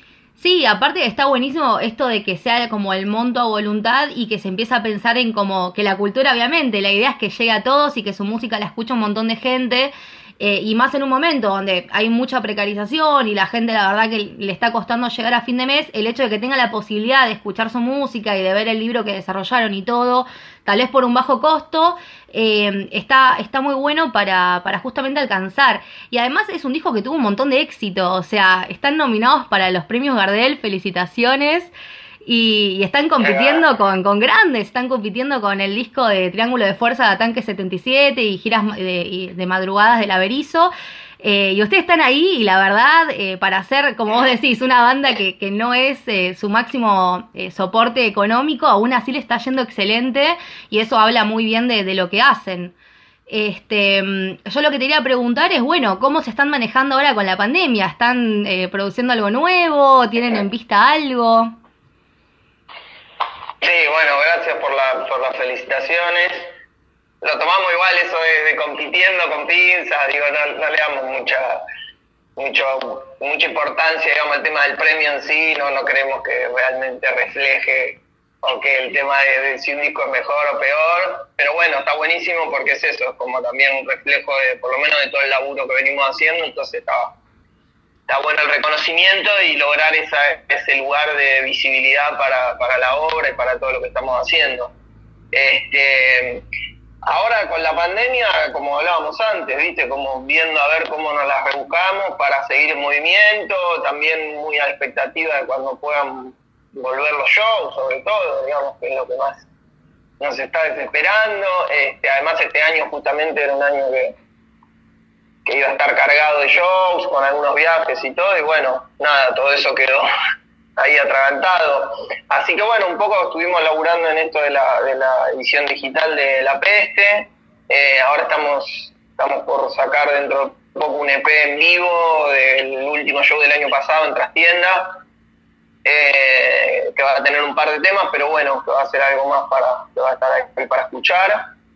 Sí, aparte está buenísimo esto de que sea como el monto a voluntad y que se empieza a pensar en como que la cultura, obviamente, la idea es que llegue a todos y que su música la escuche un montón de gente. Eh, y más en un momento donde hay mucha precarización y la gente la verdad que le está costando llegar a fin de mes, el hecho de que tenga la posibilidad de escuchar su música y de ver el libro que desarrollaron y todo, tal vez por un bajo costo, eh, está, está muy bueno para, para justamente alcanzar. Y además es un disco que tuvo un montón de éxito, o sea, están nominados para los premios Gardel, felicitaciones. Y, y están compitiendo con, con grandes, están compitiendo con el disco de Triángulo de Fuerza de Ataque setenta y siete y Giras de, de Madrugadas del Averizo. Eh, y ustedes están ahí y la verdad, eh, para hacer, como vos decís, una banda que, que no es eh, su máximo eh, soporte económico, aún así le está yendo excelente y eso habla muy bien de, de lo que hacen. Este, yo lo que te quería preguntar es, bueno, ¿cómo se están manejando ahora con la pandemia? ¿Están eh, produciendo algo nuevo? ¿Tienen en vista algo? Sí, bueno, gracias por, la, por las felicitaciones. Lo tomamos igual eso de, de compitiendo con pinzas, digo, no, no le damos mucha mucho, mucha importancia, digamos, al tema del premio en sí, no, no creemos que realmente refleje o que el tema de, de si un disco es mejor o peor, pero bueno, está buenísimo porque es eso, es como también un reflejo de, por lo menos de todo el laburo que venimos haciendo, entonces está... Está bueno el reconocimiento y lograr esa, ese lugar de visibilidad para, para la obra y para todo lo que estamos haciendo. Este, ahora con la pandemia, como hablábamos antes, ¿viste? Como viendo a ver cómo nos las rebuscamos para seguir en movimiento, también muy a la expectativa de cuando puedan volver los shows, sobre todo, digamos, que es lo que más nos está desesperando. Este, además este año justamente era un año que que iba a estar cargado de shows, con algunos viajes y todo, y bueno, nada, todo eso quedó ahí atragantado. Así que bueno, un poco estuvimos laburando en esto de la, de la edición digital de La Peste, eh, ahora estamos, estamos por sacar dentro de poco un E P en vivo del último show del año pasado en Trastienda, eh, que va a tener un par de temas, pero bueno, que va a ser algo más para, que va a estar ahí para escuchar.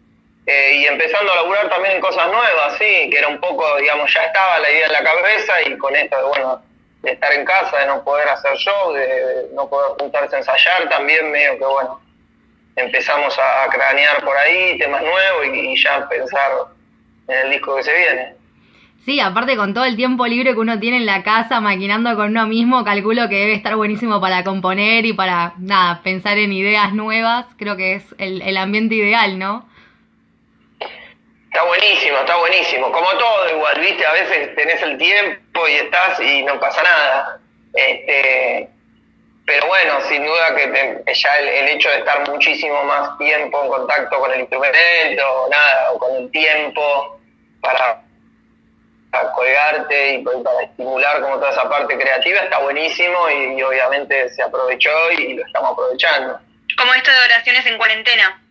eh, y empezando a laburar también en cosas nuevas, sí, que era un poco, digamos, ya estaba la idea en la cabeza, y con esto de, bueno, de estar en casa, de no poder hacer show, de, de no poder juntarse a ensayar, también medio que, bueno, empezamos a cranear por ahí temas nuevos y, y ya pensar en el disco que se viene. Sí, aparte con todo el tiempo libre que uno tiene en la casa, maquinando con uno mismo, calculo que debe estar buenísimo para componer y para, nada, pensar en ideas nuevas. Creo que es el, el ambiente ideal, ¿no? Está buenísimo, está buenísimo. Como todo igual, ¿viste? A veces tenés el tiempo y estás y no pasa nada. Este... Pero bueno, sin duda que te, ya el, el hecho de estar muchísimo más tiempo en contacto con el instrumento, nada, o con el tiempo para, para colgarte y para estimular como toda esa parte creativa, está buenísimo y, y obviamente se aprovechó y, y lo estamos aprovechando. Como esto de oraciones en cuarentena.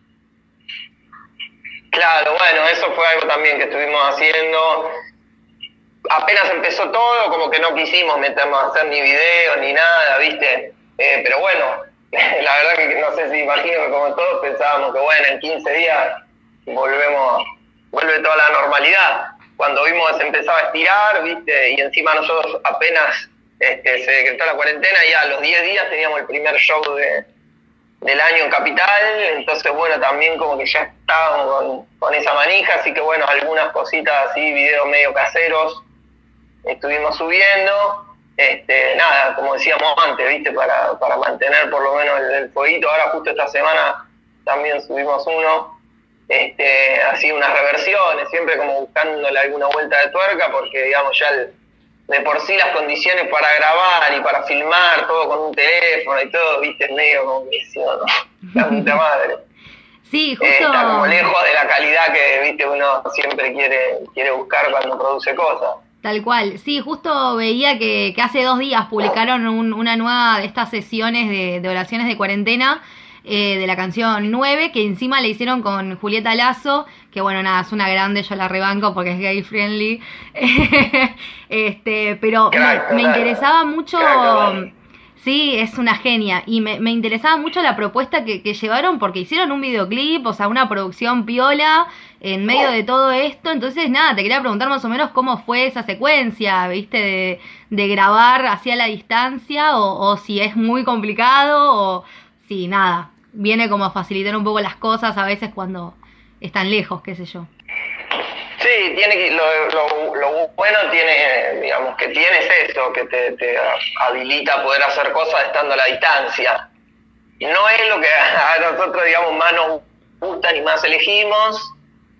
Claro, bueno, eso fue algo también que estuvimos haciendo. Apenas empezó todo, como que no quisimos meternos a hacer ni video ni nada, ¿viste? Eh, pero bueno, la verdad que no sé si imagino que como todos pensábamos que bueno, en quince días volvemos, vuelve toda la normalidad. Cuando vimos que se empezaba a estirar, ¿viste? Y encima nosotros apenas este, se decretó la cuarentena, ya a los diez días teníamos el primer show de, del año en Capital, entonces bueno, también como que ya estábamos con, con esa manija, así que bueno, algunas cositas así, videos medio caseros, estuvimos subiendo. Este, nada, como decíamos antes, ¿viste? Para, para mantener por lo menos el, el fueguito. Ahora justo esta semana también subimos uno, este, así unas reversiones, siempre como buscándole alguna vuelta de tuerca, porque digamos ya el, de por sí las condiciones para grabar y para filmar, todo con un teléfono y todo, ¿viste? Es medio como que sí, ¿no? La puta madre. Sí, justo... Eh, está como lejos de la calidad que, ¿viste? Uno siempre quiere, quiere buscar cuando produce cosas. Tal cual, sí, justo veía que, que hace dos días publicaron un, una nueva de estas sesiones de, de oraciones de cuarentena eh, de la canción nueve, que encima le hicieron con Julieta Lazo, que bueno, nada, es una grande, yo la rebanco porque es gay friendly, este, pero me, me interesaba mucho... Sí, es una genia, y me, me interesaba mucho la propuesta que, que llevaron, porque hicieron un videoclip, o sea, una producción piola en medio de todo esto. Entonces nada, te quería preguntar más o menos cómo fue esa secuencia, viste, de, de grabar hacia la distancia, o, o si es muy complicado, o si nada, viene como a facilitar un poco las cosas a veces cuando están lejos, qué sé yo. Sí, tiene que, lo, lo, lo bueno tiene, digamos, que tiene es eso, que te, te habilita a poder hacer cosas estando a la distancia. No es lo que a nosotros, digamos, más nos gusta ni más elegimos.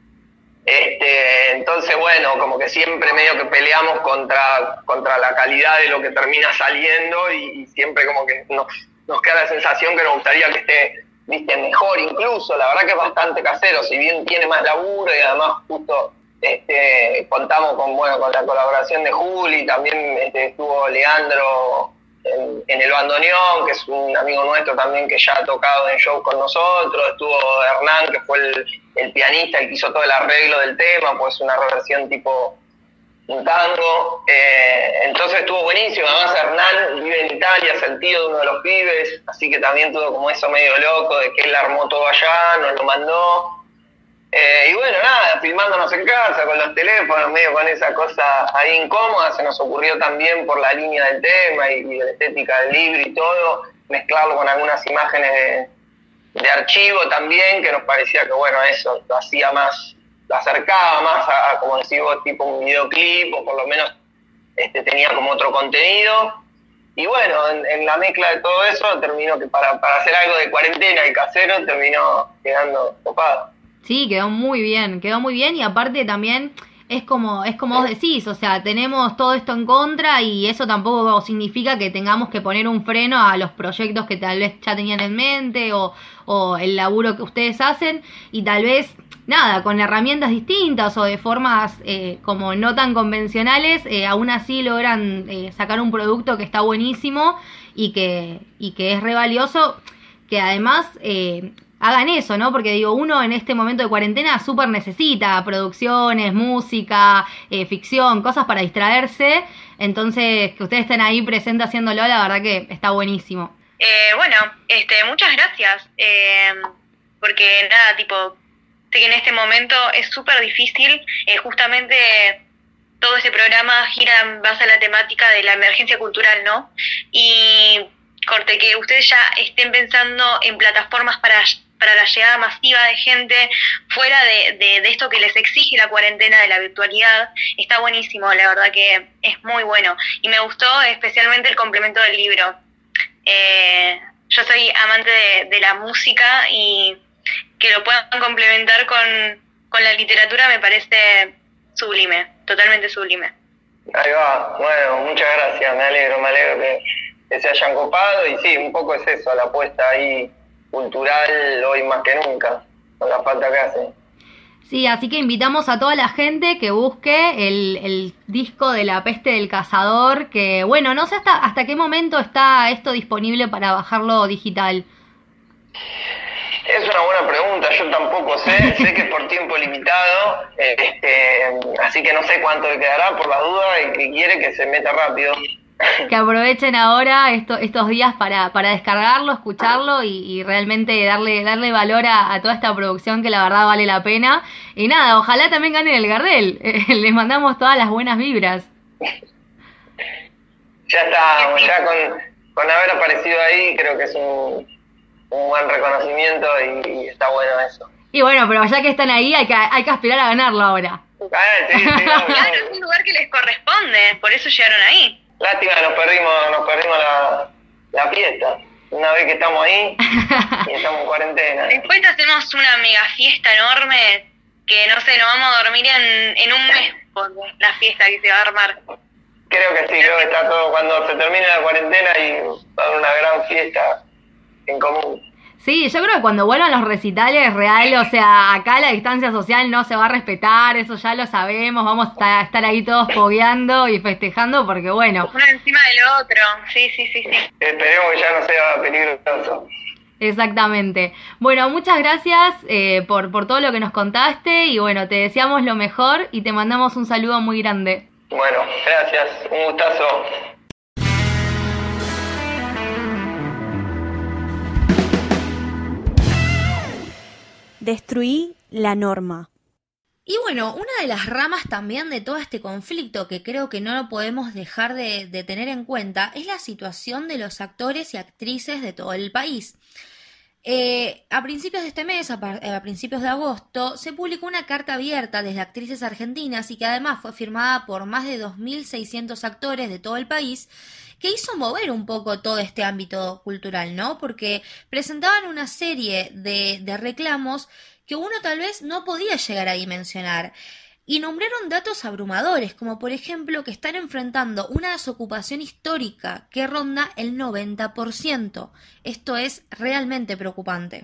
Este, entonces, bueno, como que siempre medio que peleamos contra, contra la calidad de lo que termina saliendo y, y siempre como que nos, nos queda la sensación que nos gustaría que esté, viste, mejor incluso. La verdad que es bastante casero, si bien tiene más laburo y además justo... Este, contamos con bueno con la colaboración de Juli, también este, estuvo Leandro en, en el bandoneón, que es un amigo nuestro también que ya ha tocado en shows con nosotros, estuvo Hernán, que fue el, el pianista, el que hizo todo el arreglo del tema, pues una reversión tipo un tango, eh, entonces estuvo buenísimo. Además Hernán vive en Italia, es el tío de uno de los pibes, así que también tuvo como eso medio loco de que él armó todo allá, nos lo mandó. Eh, y bueno, nada, filmándonos en casa con los teléfonos, medio con esa cosa ahí incómoda, se nos ocurrió también por la línea del tema y, y de la estética del libro y todo, mezclarlo con algunas imágenes de, de archivo también, que nos parecía que bueno, eso lo hacía más, lo acercaba más a, a como decís vos, tipo un videoclip, o por lo menos este tenía como otro contenido. Y bueno, en, en la mezcla de todo eso terminó que para, para hacer algo de cuarentena y casero terminó quedando copado. Sí, quedó muy bien, quedó muy bien, y aparte también es como es como vos decís, o sea, tenemos todo esto en contra y eso tampoco significa que tengamos que poner un freno a los proyectos que tal vez ya tenían en mente o, o el laburo que ustedes hacen, y tal vez, nada, con herramientas distintas o de formas eh, como no tan convencionales, eh, aún así logran eh, sacar un producto que está buenísimo y que, y que es re valioso, que además... Eh, hagan eso, ¿no? Porque digo, uno en este momento de cuarentena súper necesita producciones, música, eh, ficción, cosas para distraerse. Entonces, que ustedes estén ahí presentes haciéndolo, la verdad que está buenísimo. Eh, bueno, este, muchas gracias. Eh, porque nada, tipo, Sé que en este momento es súper difícil, eh, justamente todo este programa gira en base a la temática de la emergencia cultural, ¿no? Y corte, que ustedes ya estén pensando en plataformas para, para la llegada masiva de gente fuera de, de, de esto que les exige la cuarentena de la virtualidad, está buenísimo, la verdad que es muy bueno. Y me gustó especialmente el complemento del libro. Eh, yo soy amante de, de la música y que lo puedan complementar con, con la literatura me parece sublime, totalmente sublime. Ahí va, bueno, muchas gracias, me alegro, me alegro que, que se hayan copado y sí, un poco es eso, la apuesta ahí cultural hoy más que nunca, con la falta que hace. Sí, así que invitamos a toda la gente que busque el, el disco de La Peste del Cazador, que bueno, no sé hasta, hasta qué momento está esto disponible para bajarlo digital. Es una buena pregunta, yo tampoco sé, sé que es por tiempo limitado, este, así que no sé cuánto le quedará por la duda y que quiere que se meta rápido. Que aprovechen ahora esto, estos días para, para descargarlo, escucharlo y, y realmente darle darle valor a, a toda esta producción que la verdad vale la pena. Y nada, ojalá también ganen el Gardel, les mandamos todas las buenas vibras. Ya está, ya con, con haber aparecido ahí creo que es un... un buen reconocimiento y, y está bueno eso. Y bueno, pero ya que están ahí hay que hay que aspirar a ganarlo ahora. Ah, sí, sí, claro, es un lugar que les corresponde, por eso llegaron ahí. Lástima, nos perdimos, nos perdimos la, la fiesta. Una vez que estamos ahí y estamos en cuarentena. Después hacemos una mega fiesta enorme que no sé, nos vamos a dormir en, en un mes por la fiesta que se va a armar. Creo que sí, creo que está todo cuando se termine la cuarentena y va a haber una gran fiesta en común. Sí, yo creo que cuando vuelvan los recitales real, o sea, acá la distancia social no se va a respetar, eso ya lo sabemos, vamos a estar ahí todos fogueando y festejando porque bueno. Uno encima del otro, sí, sí, sí, sí. Esperemos que ya no sea peligroso. Exactamente. Bueno, muchas gracias eh, por, por todo lo que nos contaste y bueno, te deseamos lo mejor y te mandamos un saludo muy grande. Bueno, gracias, un gustazo. Destruí la norma. Y bueno, una de las ramas también de todo este conflicto que creo que no lo podemos dejar de, de tener en cuenta es la situación de los actores y actrices de todo el país. Eh, a principios de este mes, a, a principios de agosto, se publicó una carta abierta desde actrices argentinas y que además fue firmada por más de dos mil seiscientos actores de todo el país, que hizo mover un poco todo este ámbito cultural, ¿no? Porque presentaban una serie de, de reclamos que uno tal vez no podía llegar a dimensionar. Y nombraron datos abrumadores, como por ejemplo que están enfrentando una desocupación histórica que ronda el noventa por ciento. Esto es realmente preocupante.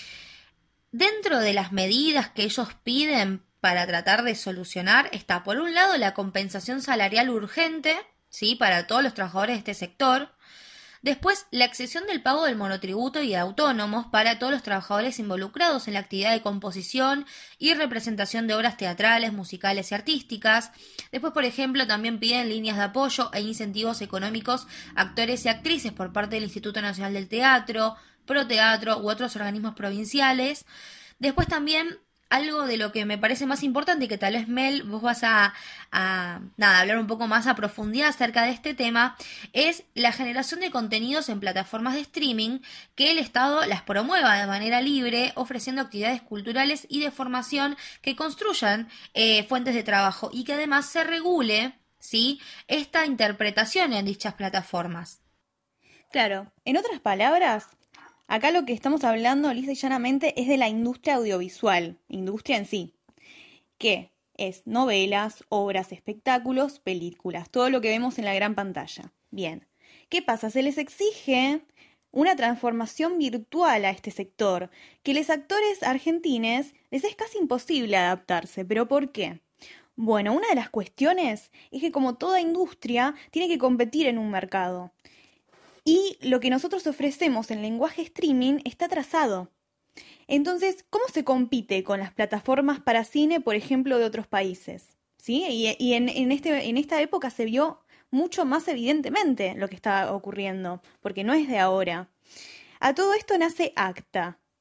Dentro de las medidas que ellos piden para tratar de solucionar está, por un lado, la compensación salarial urgente, ¿sí?, para todos los trabajadores de este sector. Después, la exención del pago del monotributo y de autónomos para todos los trabajadores involucrados en la actividad de composición y representación de obras teatrales, musicales y artísticas. Después, por ejemplo, también piden líneas de apoyo e incentivos económicos a actores y actrices por parte del Instituto Nacional del Teatro, Proteatro u otros organismos provinciales. Después también algo de lo que me parece más importante y que tal vez, Mel, vos vas a, a nada, hablar un poco más a profundidad acerca de este tema, es la generación de contenidos en plataformas de streaming, que el Estado las promueva de manera libre, ofreciendo actividades culturales y de formación que construyan eh, fuentes de trabajo y que además se regule, ¿sí?, esta interpretación en dichas plataformas. Claro, en otras palabras, acá lo que estamos hablando, lisa y llanamente, es de la industria audiovisual, industria en sí, que es novelas, obras, espectáculos, películas, todo lo que vemos en la gran pantalla. Bien, ¿qué pasa? Se les exige una transformación virtual a este sector, que los actores argentines les es casi imposible adaptarse. ¿Pero por qué? Bueno, una de las cuestiones es que como toda industria tiene que competir en un mercado. Y lo que nosotros ofrecemos en lenguaje streaming está atrasado. Entonces, ¿cómo se compite con las plataformas para cine, por ejemplo, de otros países? ¿Sí? Y, y en, en, este, en esta época se vio mucho más evidentemente lo que está ocurriendo, porque no es de ahora. A todo esto nace ACTA,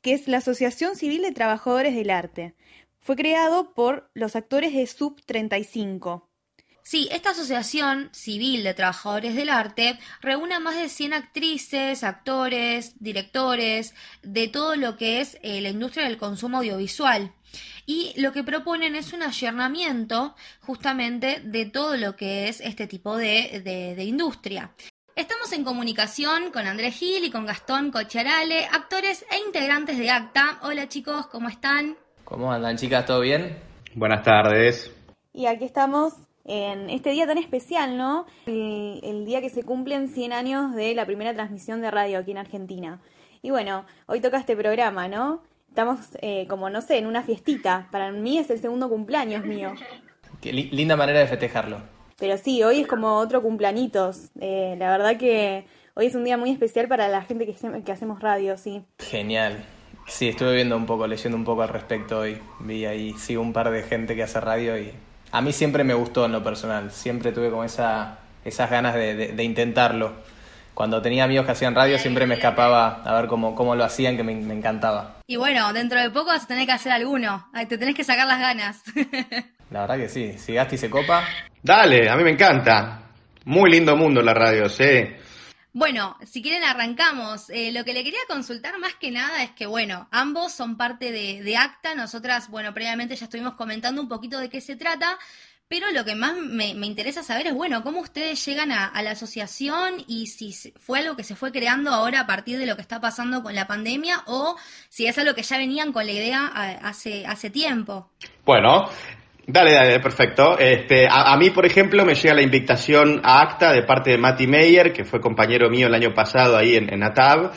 que es la Asociación Civil de Trabajadores del Arte. Fue creado por los actores de Sub treinta y cinco. Sí, esta asociación civil de trabajadores del arte reúne a más de cien actrices, actores, directores, de todo lo que es eh, la industria del consumo audiovisual. Y lo que proponen es un allanamiento justamente de todo lo que es este tipo de, de, de industria. Estamos en comunicación con Andrés Gil y con Gastón Cocciarale, actores e integrantes de ACTA. Hola chicos, ¿cómo están? ¿Cómo andan, chicas? ¿Todo bien? Buenas tardes. Y aquí estamos en este día tan especial, ¿no? El, el día que se cumplen cien años de la primera transmisión de radio aquí en Argentina. Y bueno, hoy toca este programa, ¿no? Estamos eh, como, no sé, en una fiestita. Para mí es el segundo cumpleaños mío. Qué li- linda manera de festejarlo. Pero sí, hoy es como otro cumpleañitos. Eh, la verdad que hoy es un día muy especial para la gente que, que hacemos radio, sí. Genial. Sí, estuve viendo un poco, leyendo un poco al respecto hoy. Vi ahí, sigo un par de gente que hace radio y a mí siempre me gustó en lo personal. Siempre tuve como esa, esas ganas de, de, de intentarlo. Cuando tenía amigos que hacían radio siempre me escapaba a ver cómo, cómo lo hacían, que me, me encantaba. Y bueno, dentro de poco vas a tener que hacer alguno. Te tenés que sacar las ganas. La verdad que sí. Si Gasti se copa... Dale, a mí me encanta. Muy lindo mundo la radio, sí. Bueno, si quieren arrancamos. Eh, lo que le quería consultar más que nada es que, bueno, ambos son parte de, de ACTA. Nosotras, bueno, previamente ya estuvimos comentando un poquito de qué se trata, pero lo que más me, me interesa saber es, bueno, cómo ustedes llegan a, a la asociación y si fue algo que se fue creando ahora a partir de lo que está pasando con la pandemia o si es algo que ya venían con la idea hace, hace tiempo. Bueno... Dale, dale, perfecto. Este, a, a mí, por ejemplo, me llega la invitación a ACTA de parte de Mati Meyer, que fue compañero mío el año pasado ahí en, en A T A B.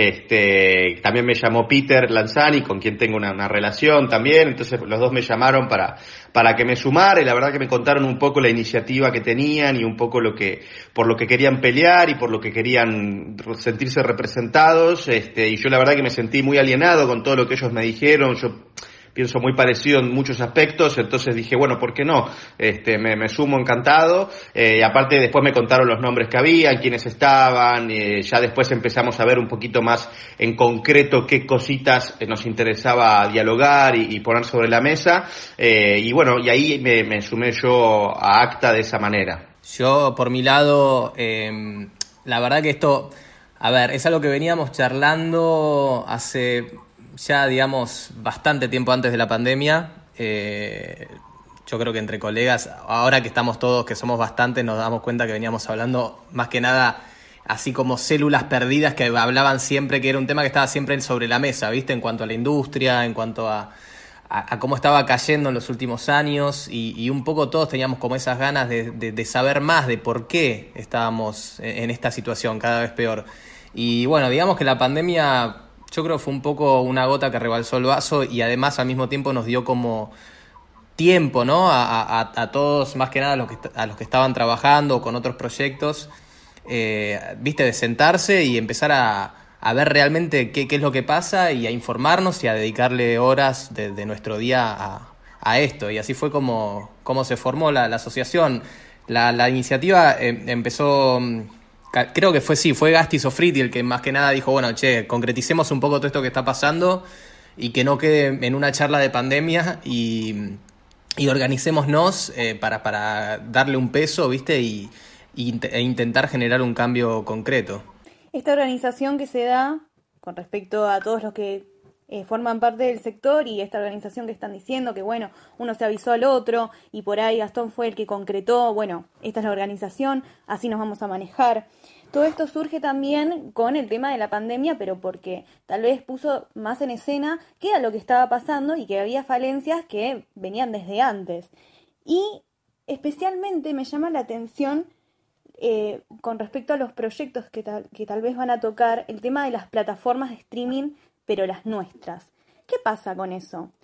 Este, también me llamó Peter Lanzani, con quien tengo una, una relación también. Entonces, los dos me llamaron para, para que me sumara y la verdad que me contaron un poco la iniciativa que tenían y un poco lo que, por lo que querían pelear y por lo que querían sentirse representados. Este, y yo la verdad que me sentí muy alienado con todo lo que ellos me dijeron. Yo pienso muy parecido en muchos aspectos, entonces dije, bueno, ¿por qué no? Este, me, me sumo encantado, eh, y aparte después me contaron los nombres que había, quiénes estaban, eh, ya después empezamos a ver un poquito más en concreto qué cositas nos interesaba dialogar y, y poner sobre la mesa, eh, y bueno, y ahí me, me sumé yo a ACTA de esa manera. Yo, por mi lado, eh, la verdad que esto, a ver, es algo que veníamos charlando hace... ya, digamos, bastante tiempo antes de la pandemia. Eh, yo creo que entre colegas, ahora que estamos todos, que somos bastantes, nos damos cuenta que veníamos hablando más que nada así como células perdidas que hablaban siempre, que era un tema que estaba siempre sobre la mesa, ¿viste? En cuanto a la industria, en cuanto a, a, a cómo estaba cayendo en los últimos años y, y un poco todos teníamos como esas ganas de, de, de saber más de por qué estábamos en esta situación cada vez peor. Y bueno, digamos que la pandemia... yo creo que fue un poco una gota que rebalsó el vaso y además al mismo tiempo nos dio como tiempo, ¿no? A, a, a todos, más que nada a los que, a los que estaban trabajando con otros proyectos, eh, viste, de sentarse y empezar a, a ver realmente qué, qué es lo que pasa y a informarnos y a dedicarle horas de, de nuestro día a, a esto. Y así fue como, como se formó la, la asociación. La, la iniciativa eh, empezó... Creo que fue sí, fue Gasti Sofriti el que más que nada dijo, bueno, che, concreticemos un poco todo esto que está pasando y que no quede en una charla de pandemia y, y organicémonos eh, para, para darle un peso, ¿viste? Y, y, e intentar generar un cambio concreto. Esta organización que se da con respecto a todos los que eh, forman parte del sector y esta organización que están diciendo que, bueno, uno se avisó al otro y por ahí Gastón fue el que concretó, bueno, esta es la organización, así nos vamos a manejar. Todo esto surge también con el tema de la pandemia, pero porque tal vez puso más en escena qué era lo que estaba pasando y que había falencias que venían desde antes. Y especialmente me llama la atención eh, con respecto a los proyectos que tal, que tal vez van a tocar el tema de las plataformas de streaming, pero las nuestras. ¿Qué pasa con eso?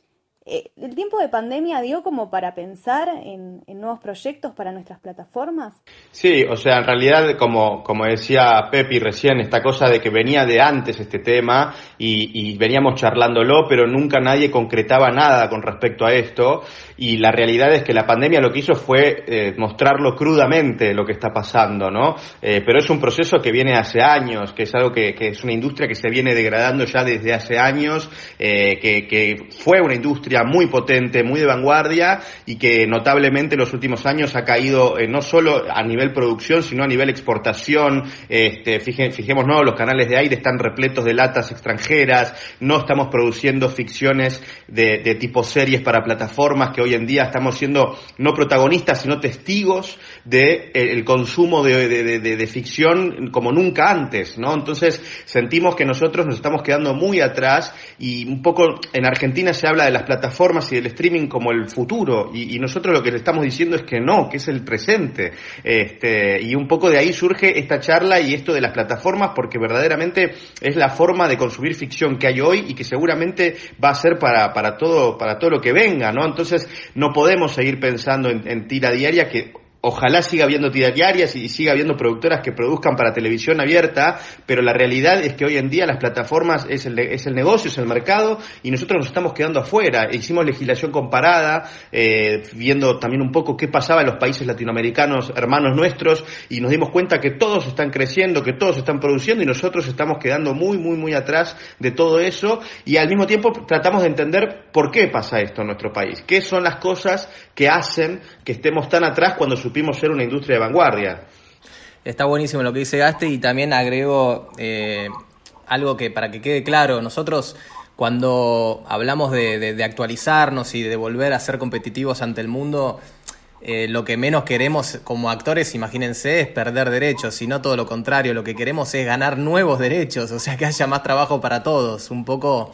Eh, ¿El tiempo de pandemia dio como para pensar en, en nuevos proyectos para nuestras plataformas? Sí, o sea, en realidad, como, como decía Pepi recién, esta cosa de que venía de antes este tema y, y veníamos charlándolo, pero nunca nadie concretaba nada con respecto a esto, y la realidad es que la pandemia lo que hizo fue eh, mostrarlo crudamente lo que está pasando, ¿no? Eh, pero es un proceso que viene hace años, que es algo que, que es una industria que se viene degradando ya desde hace años, eh, que, que fue una industria muy potente, muy de vanguardia, y que notablemente en los últimos años ha caído eh, no solo a nivel producción, sino a nivel exportación. Este, fije, fijémonos, los canales de aire están repletos de latas extranjeras, no estamos produciendo ficciones de, de tipo series para plataformas, que hoy en día estamos siendo no protagonistas, sino testigos del de, el consumo de, de, de, de ficción como nunca antes, ¿no? Entonces sentimos que nosotros nos estamos quedando muy atrás, y un poco en Argentina se habla de las plataformas y del streaming como el futuro, y, y nosotros lo que le estamos diciendo es que no, que es el presente. Este, y un poco de ahí surge esta charla y esto de las plataformas, porque verdaderamente es la forma de consumir ficción que hay hoy y que seguramente va a ser para, para todo, para todo lo que venga, ¿no? Entonces no podemos seguir pensando en, en tira diaria, que ojalá siga habiendo tiras diarias y siga habiendo productoras que produzcan para televisión abierta, pero la realidad es que hoy en día las plataformas es el, es el negocio, es el mercado, y nosotros nos estamos quedando afuera. Hicimos legislación comparada, eh, viendo también un poco qué pasaba en los países latinoamericanos, hermanos nuestros, y nos dimos cuenta que todos están creciendo, que todos están produciendo, y nosotros estamos quedando muy, muy, muy atrás de todo eso, y al mismo tiempo tratamos de entender por qué pasa esto en nuestro país, qué son las cosas que hacen que estemos tan atrás cuando supimos ser una industria de vanguardia. Está buenísimo lo que dice Gaste, y también agrego eh, algo que para que quede claro, nosotros cuando hablamos de, de, de actualizarnos y de volver a ser competitivos ante el mundo, eh, lo que menos queremos como actores, imagínense, es perder derechos, sino todo lo contrario, lo que queremos es ganar nuevos derechos, o sea, que haya más trabajo para todos. Un poco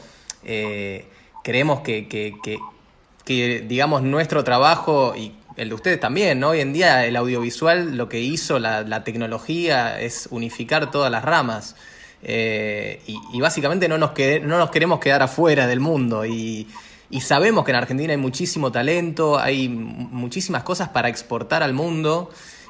eh, creemos que, que, que, que, digamos, nuestro trabajo y el de ustedes también, ¿no? Hoy en día el audiovisual, lo que hizo la, la tecnología es unificar todas las ramas, eh, y, y básicamente no nos, qued- no nos queremos quedar afuera del mundo, y, y sabemos que en Argentina hay muchísimo talento, hay m- muchísimas cosas para exportar al mundo,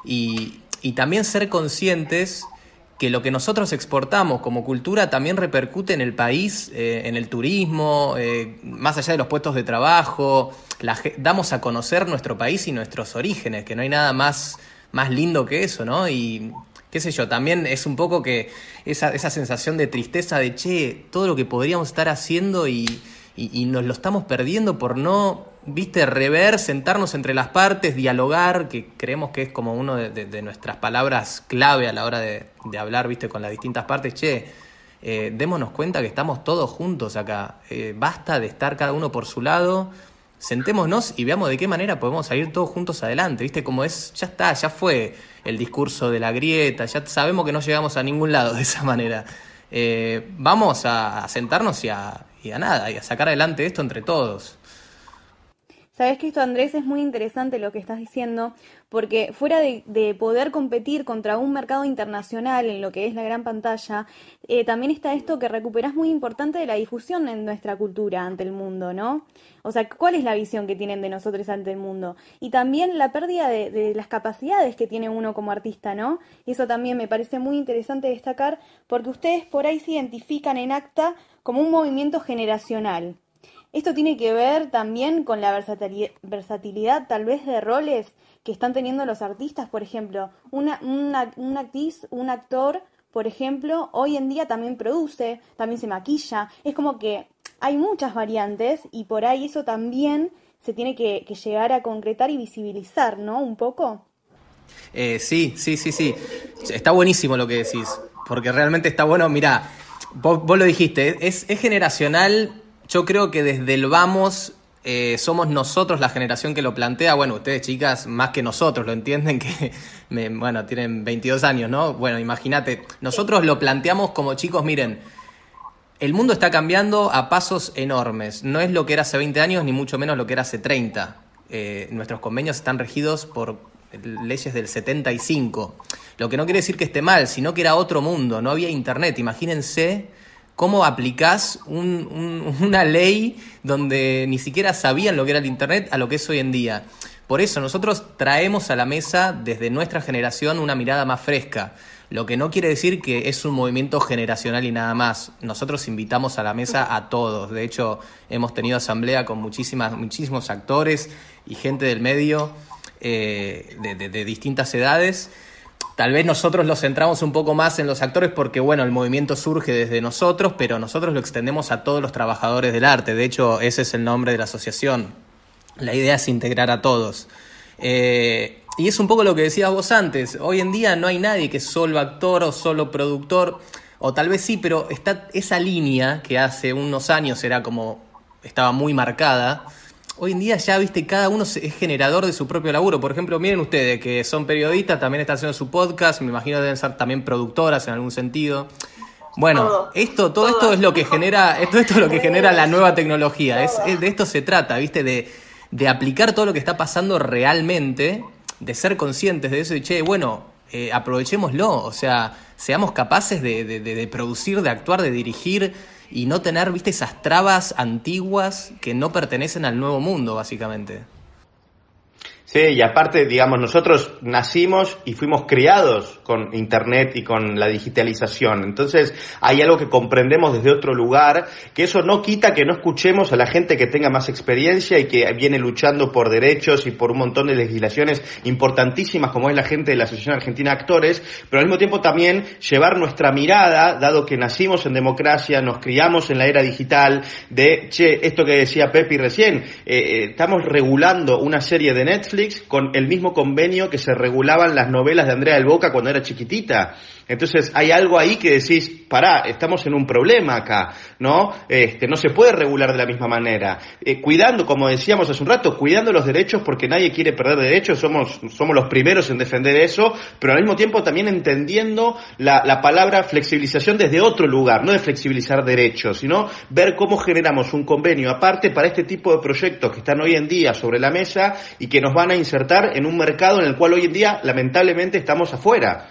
y, y también ser conscientes que lo que nosotros exportamos como cultura también repercute en el país, eh, en el turismo, eh, más allá de los puestos de trabajo. La, damos a conocer nuestro país y nuestros orígenes, que no hay nada más, más lindo que eso, ¿no? Y qué sé yo, también es un poco que esa, esa sensación de tristeza de, che, todo lo que podríamos estar haciendo y, y, y nos lo estamos perdiendo por no, viste, rever, sentarnos entre las partes, dialogar, que creemos que es como uno de, de, de nuestras palabras clave a la hora de, de hablar, viste, con las distintas partes. Che, eh, démonos cuenta que estamos todos juntos acá, eh, basta de estar cada uno por su lado, sentémonos y veamos de qué manera podemos salir todos juntos adelante, viste, como es, ya está, ya fue el discurso de la grieta, ya sabemos que no llegamos a ningún lado de esa manera. Eh, vamos a, a sentarnos y a, y a nada, y a sacar adelante esto entre todos. Sabes que esto, Andrés, es muy interesante lo que estás diciendo, porque fuera de, de poder competir contra un mercado internacional en lo que es la gran pantalla, eh, también está esto que recuperás muy importante de la difusión en nuestra cultura ante el mundo, ¿no? O sea, ¿cuál es la visión que tienen de nosotros ante el mundo? Y también la pérdida de, de las capacidades que tiene uno como artista, ¿no? Y eso también me parece muy interesante destacar, porque ustedes por ahí se identifican en ACTA como un movimiento generacional. Esto tiene que ver también con la versatilidad, versatilidad tal vez de roles que están teniendo los artistas. Por ejemplo, una, una, una actriz, un actor, por ejemplo, hoy en día también produce, también se maquilla. Es como que hay muchas variantes y por ahí eso también se tiene que, que llegar a concretar y visibilizar, ¿no? Un poco. Eh, sí, sí, sí, sí. Está buenísimo lo que decís, porque realmente está bueno. Mirá, vos, vos lo dijiste, es, es generacional. Yo creo que desde el vamos eh, somos nosotros la generación que lo plantea. Bueno, ustedes, chicas, más que nosotros lo entienden, que me, bueno, tienen veintidós años, ¿no? Bueno, imagínate, nosotros lo planteamos como, chicos, miren, el mundo está cambiando a pasos enormes. No es lo que era hace veinte años, ni mucho menos lo que era hace treinta. Eh, nuestros convenios están regidos por leyes del setenta y cinco. Lo que no quiere decir que esté mal, sino que era otro mundo, no había internet. Imagínense ¿cómo aplicás un, un, una ley donde ni siquiera sabían lo que era el Internet a lo que es hoy en día? Por eso nosotros traemos a la mesa desde nuestra generación una mirada más fresca, lo que no quiere decir que es un movimiento generacional y nada más. Nosotros invitamos a la mesa a todos. De hecho, hemos tenido asamblea con muchísimas, muchísimos actores y gente del medio eh, de, de, de distintas edades. Tal vez nosotros lo centramos un poco más en los actores porque, bueno, el movimiento surge desde nosotros, pero nosotros lo extendemos a todos los trabajadores del arte. De hecho, ese es el nombre de la asociación. La idea es integrar a todos. Eh, y es un poco lo que decías vos antes. Hoy en día no hay nadie que es solo actor o solo productor, o tal vez sí, pero está esa línea que hace unos años era como, estaba muy marcada. Hoy en día ya, viste, cada uno es generador de su propio laburo. Por ejemplo, miren ustedes que son periodistas, también están haciendo su podcast, me imagino deben ser también productoras en algún sentido. Bueno, todo, esto, todo, todo esto es lo que genera, esto, esto es lo que genera la nueva tecnología. Es, es de esto se trata, viste, de, de aplicar todo lo que está pasando realmente, de ser conscientes de eso y che, bueno, eh, aprovechémoslo, o sea, seamos capaces de, de, de, de producir, de actuar, de dirigir y no tener, viste, esas trabas antiguas que no pertenecen al nuevo mundo, básicamente. Sí, y aparte, digamos, nosotros nacimos y fuimos criados con Internet y con la digitalización. Entonces, hay algo que comprendemos desde otro lugar, que eso no quita que no escuchemos a la gente que tenga más experiencia y que viene luchando por derechos y por un montón de legislaciones importantísimas, como es la gente de la Asociación Argentina de Actores, pero al mismo tiempo también llevar nuestra mirada, dado que nacimos en democracia, nos criamos en la era digital, de, che, esto que decía Pepi recién, eh, eh, estamos regulando una serie de Netflix con el mismo convenio que se regulaban las novelas de Andrea del Boca cuando era chiquitita. Entonces hay algo ahí que decís, pará, estamos en un problema acá, ¿no? Este, no se puede regular de la misma manera. Eh, cuidando, como decíamos hace un rato, cuidando los derechos porque nadie quiere perder derechos, somos, somos los primeros en defender eso, pero al mismo tiempo también entendiendo la, la palabra flexibilización desde otro lugar, no de flexibilizar derechos, sino ver cómo generamos un convenio aparte para este tipo de proyectos que están hoy en día sobre la mesa y que nos van a insertar en un mercado en el cual hoy en día lamentablemente estamos afuera.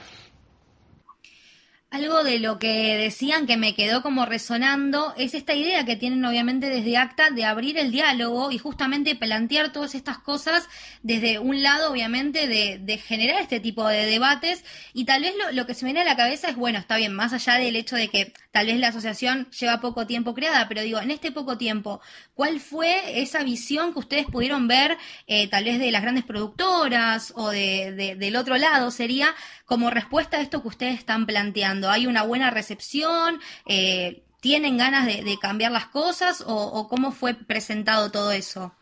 Algo de lo que decían que me quedó como resonando es esta idea que tienen obviamente desde ACTA de abrir el diálogo y justamente plantear todas estas cosas desde un lado obviamente de, de generar este tipo de debates y tal vez lo, lo que se me viene a la cabeza es, bueno, está bien, más allá del hecho de que tal vez la asociación lleva poco tiempo creada, pero digo, en este poco tiempo, ¿cuál fue esa visión que ustedes pudieron ver eh, tal vez de las grandes productoras o de, de, del otro lado sería como respuesta a esto que ustedes están planteando? ¿Hay una buena recepción? Eh, ¿Tienen ganas de, de cambiar las cosas? O, ¿O cómo fue presentado todo eso?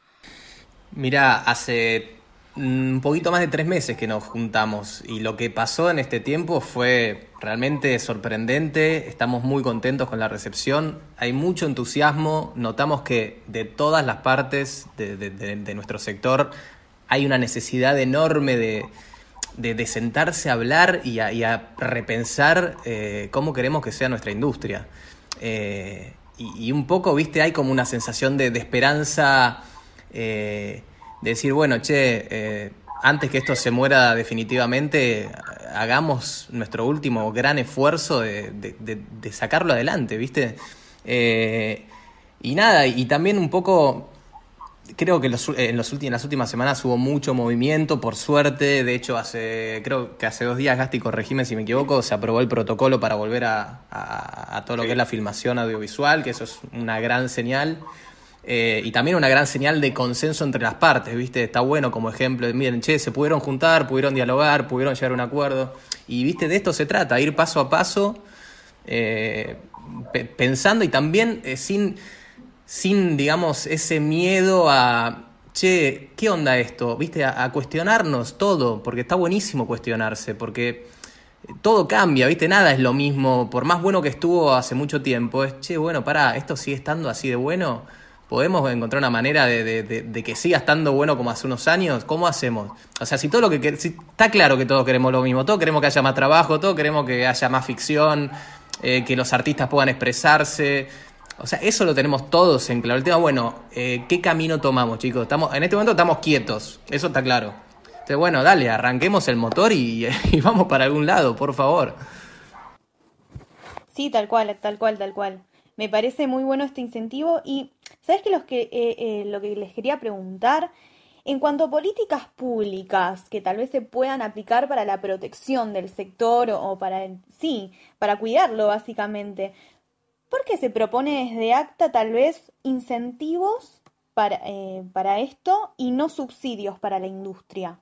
Mirá, hace un poquito más de tres meses que nos juntamos y lo que pasó en este tiempo fue realmente sorprendente. Estamos muy contentos con la recepción. Hay mucho entusiasmo. Notamos que de todas las partes de, de, de, de nuestro sector hay una necesidad enorme de... De, de sentarse a hablar y a, y a repensar eh, cómo queremos que sea nuestra industria. Eh, y, y un poco, viste, hay como una sensación de, de esperanza, eh, de decir, bueno, che, eh, antes que esto se muera definitivamente, hagamos nuestro último gran esfuerzo de, de, de, de sacarlo adelante, viste. Eh, y nada, y también un poco... Creo que los, en, los últimos, en las últimas semanas hubo mucho movimiento, por suerte. De hecho, hace creo que hace dos días, Gasti, corregime si me equivoco, se aprobó el protocolo para volver a, a, a todo lo que es la filmación audiovisual, que eso es una gran señal. Eh, y también una gran señal de consenso entre las partes, ¿viste? Está bueno como ejemplo. Miren, che, se pudieron juntar, pudieron dialogar, pudieron llegar a un acuerdo. Y, ¿viste? De esto se trata, ir paso a paso, eh, pe- pensando y también eh, sin... sin, digamos, ese miedo a, che, ¿qué onda esto? ¿Viste? A, a cuestionarnos todo, porque está buenísimo cuestionarse, porque todo cambia, ¿viste? Nada es lo mismo, por más bueno que estuvo hace mucho tiempo, es, che, bueno, pará, ¿esto sigue estando así de bueno? ¿Podemos encontrar una manera de, de, de, de que siga estando bueno como hace unos años? ¿Cómo hacemos? O sea, si todo lo que... Si, está claro que todos queremos lo mismo, todos queremos que haya más trabajo, todos queremos que haya más ficción, eh, que los artistas puedan expresarse... O sea, eso lo tenemos todos en claro. El tema, bueno, eh, ¿qué camino tomamos, chicos? Estamos, en este momento estamos quietos, eso está claro. Entonces, bueno, dale, arranquemos el motor y, y vamos para algún lado, por favor. Sí, tal cual, tal cual, tal cual. Me parece muy bueno este incentivo y, ¿sabes qué? Los que, eh, eh, lo que les quería preguntar, en cuanto a políticas públicas que tal vez se puedan aplicar para la protección del sector o, o para, sí, para cuidarlo básicamente, ¿por qué se propone desde ACTA tal vez incentivos para, eh, para esto y no subsidios para la industria?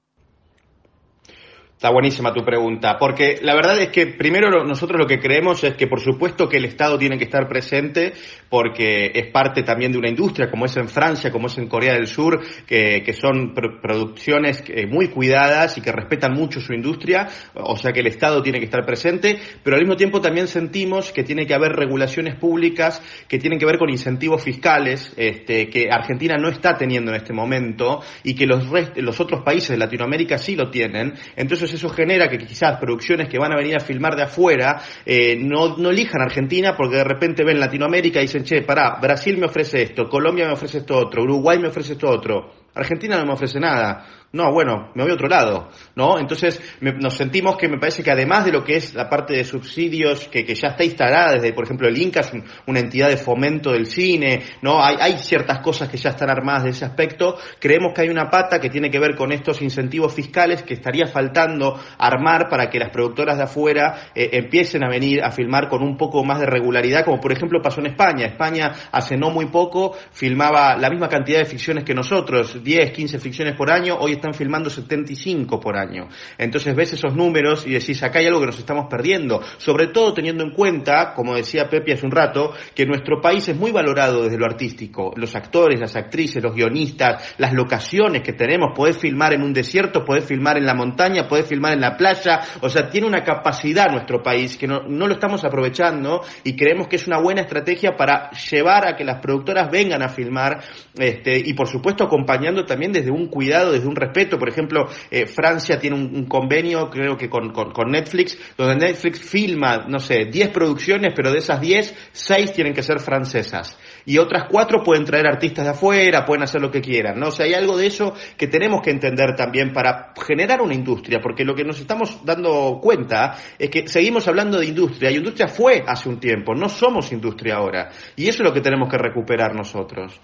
Está buenísima tu pregunta, porque la verdad es que primero nosotros lo que creemos es que por supuesto que el Estado tiene que estar presente porque es parte también de una industria como es en Francia, como es en Corea del Sur, que, que son pro- producciones muy cuidadas y que respetan mucho su industria, o sea que el Estado tiene que estar presente, pero al mismo tiempo también sentimos que tiene que haber regulaciones públicas que tienen que ver con incentivos fiscales, este, que Argentina no está teniendo en este momento y que los, rest- los otros países de Latinoamérica sí lo tienen. Entonces eso genera que quizás producciones que van a venir a filmar de afuera eh, no, no elijan Argentina porque de repente ven Latinoamérica y dicen, che, pará, Brasil me ofrece esto, Colombia me ofrece esto otro, Uruguay me ofrece esto otro, Argentina no me ofrece nada. No, bueno, me voy a otro lado, ¿no? Entonces me, nos sentimos que me parece que además de lo que es la parte de subsidios que, que ya está instalada desde, por ejemplo, el INCA es un, una entidad de fomento del cine, ¿no? Hay, hay ciertas cosas que ya están armadas de ese aspecto. Creemos que hay una pata que tiene que ver con estos incentivos fiscales que estaría faltando armar para que las productoras de afuera eh, empiecen a venir a filmar con un poco más de regularidad, como por ejemplo pasó en España. España hace no muy poco filmaba la misma cantidad de ficciones que nosotros, diez, quince ficciones por año, hoy están filmando setenta y cinco por año. Entonces ves esos números y decís, acá hay algo que nos estamos perdiendo, sobre todo teniendo en cuenta, como decía Pepi hace un rato, que nuestro país es muy valorado desde lo artístico, los actores, las actrices, los guionistas, las locaciones que tenemos, podés filmar en un desierto, podés filmar en la montaña, podés filmar en la playa, o sea, tiene una capacidad nuestro país que no, no lo estamos aprovechando y creemos que es una buena estrategia para llevar a que las productoras vengan a filmar, este, y por supuesto acompañando también desde un cuidado, desde un respeto. Por ejemplo, eh, Francia tiene un, un convenio, creo que con, con, con Netflix, donde Netflix filma, no sé, diez producciones, pero de esas diez, seis tienen que ser francesas. Y otras cuatro pueden traer artistas de afuera, pueden hacer lo que quieran, ¿no? O sea, hay algo de eso que tenemos que entender también para generar una industria, porque lo que nos estamos dando cuenta es que seguimos hablando de industria, y industria fue hace un tiempo, no somos industria ahora. Y eso es lo que tenemos que recuperar nosotros.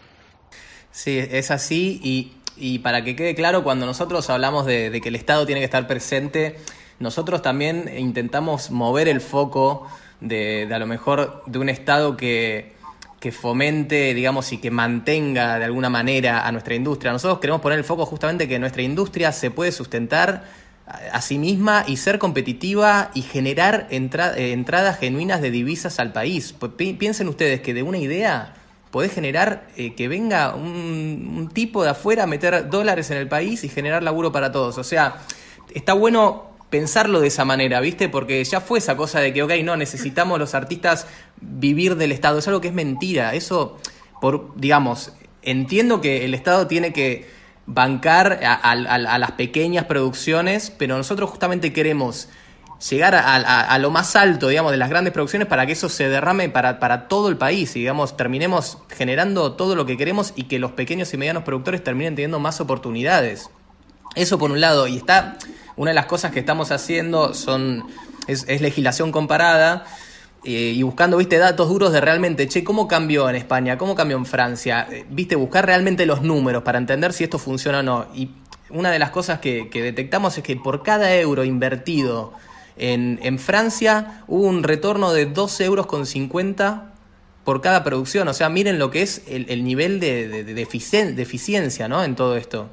Sí, es así, y, y para que quede claro, cuando nosotros hablamos de, de que el Estado tiene que estar presente, nosotros también intentamos mover el foco de, de a lo mejor de un Estado que, que fomente, digamos, y que mantenga de alguna manera a nuestra industria. Nosotros queremos poner el foco justamente que nuestra industria se puede sustentar a sí misma y ser competitiva y generar entra- entradas genuinas de divisas al país. Pues pi- piensen ustedes que de una idea podés generar eh, que venga un, un tipo de afuera a meter dólares en el país y generar laburo para todos. O sea, está bueno pensarlo de esa manera, ¿viste? Porque ya fue esa cosa de que, ok, no, necesitamos los artistas vivir del Estado. Es algo que es mentira. Eso, por digamos, entiendo que el Estado tiene que bancar a, a, a las pequeñas producciones, pero nosotros justamente queremos llegar a, a, a lo más alto, digamos, de las grandes producciones para que eso se derrame para, para todo el país y, digamos, terminemos generando todo lo que queremos y que los pequeños y medianos productores terminen teniendo más oportunidades. Eso por un lado. Y está, una de las cosas que estamos haciendo son es, es legislación comparada eh, y buscando, viste, datos duros de realmente, che, ¿cómo cambió en España? ¿Cómo cambió en Francia? Eh, viste, buscar realmente los números para entender si esto funciona o no. Y una de las cosas que, que detectamos es que por cada euro invertido En, en Francia hubo un retorno de doce euros con cincuenta por cada producción. O sea, miren lo que es el, el nivel de, de, de, eficien, de eficiencia, ¿no? En todo esto.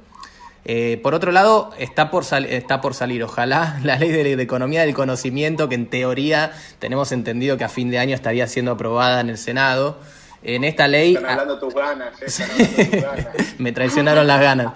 Eh, por otro lado, está por, sal, está por salir, ojalá, la ley de, de economía del conocimiento, que en teoría tenemos entendido que a fin de año estaría siendo aprobada en el Senado. En esta ley... Están hablando tus ganas, eh, están hablando tus ganas. Me traicionaron las ganas.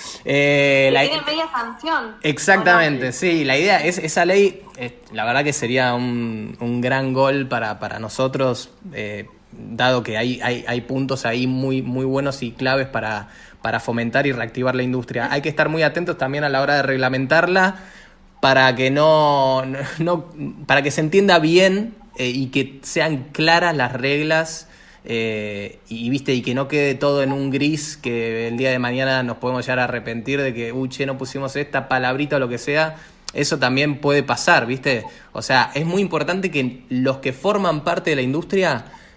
Eh, la... Tiene media sanción. Exactamente, no? Sí, la idea es, esa ley, eh, la verdad que sería un, un gran gol para, para nosotros, eh, dado que hay, hay, hay puntos ahí muy, muy buenos y claves para, para fomentar y reactivar la industria. Hay que estar muy atentos también a la hora de reglamentarla para que no, no para que se entienda bien eh, y que sean claras las reglas. Eh, y viste, y que no quede todo en un gris que el día de mañana nos podemos llegar a arrepentir de que, uy, che, no pusimos esta palabrita o lo que sea. Eso también puede pasar, viste. O sea, es muy importante que los que forman parte de la industria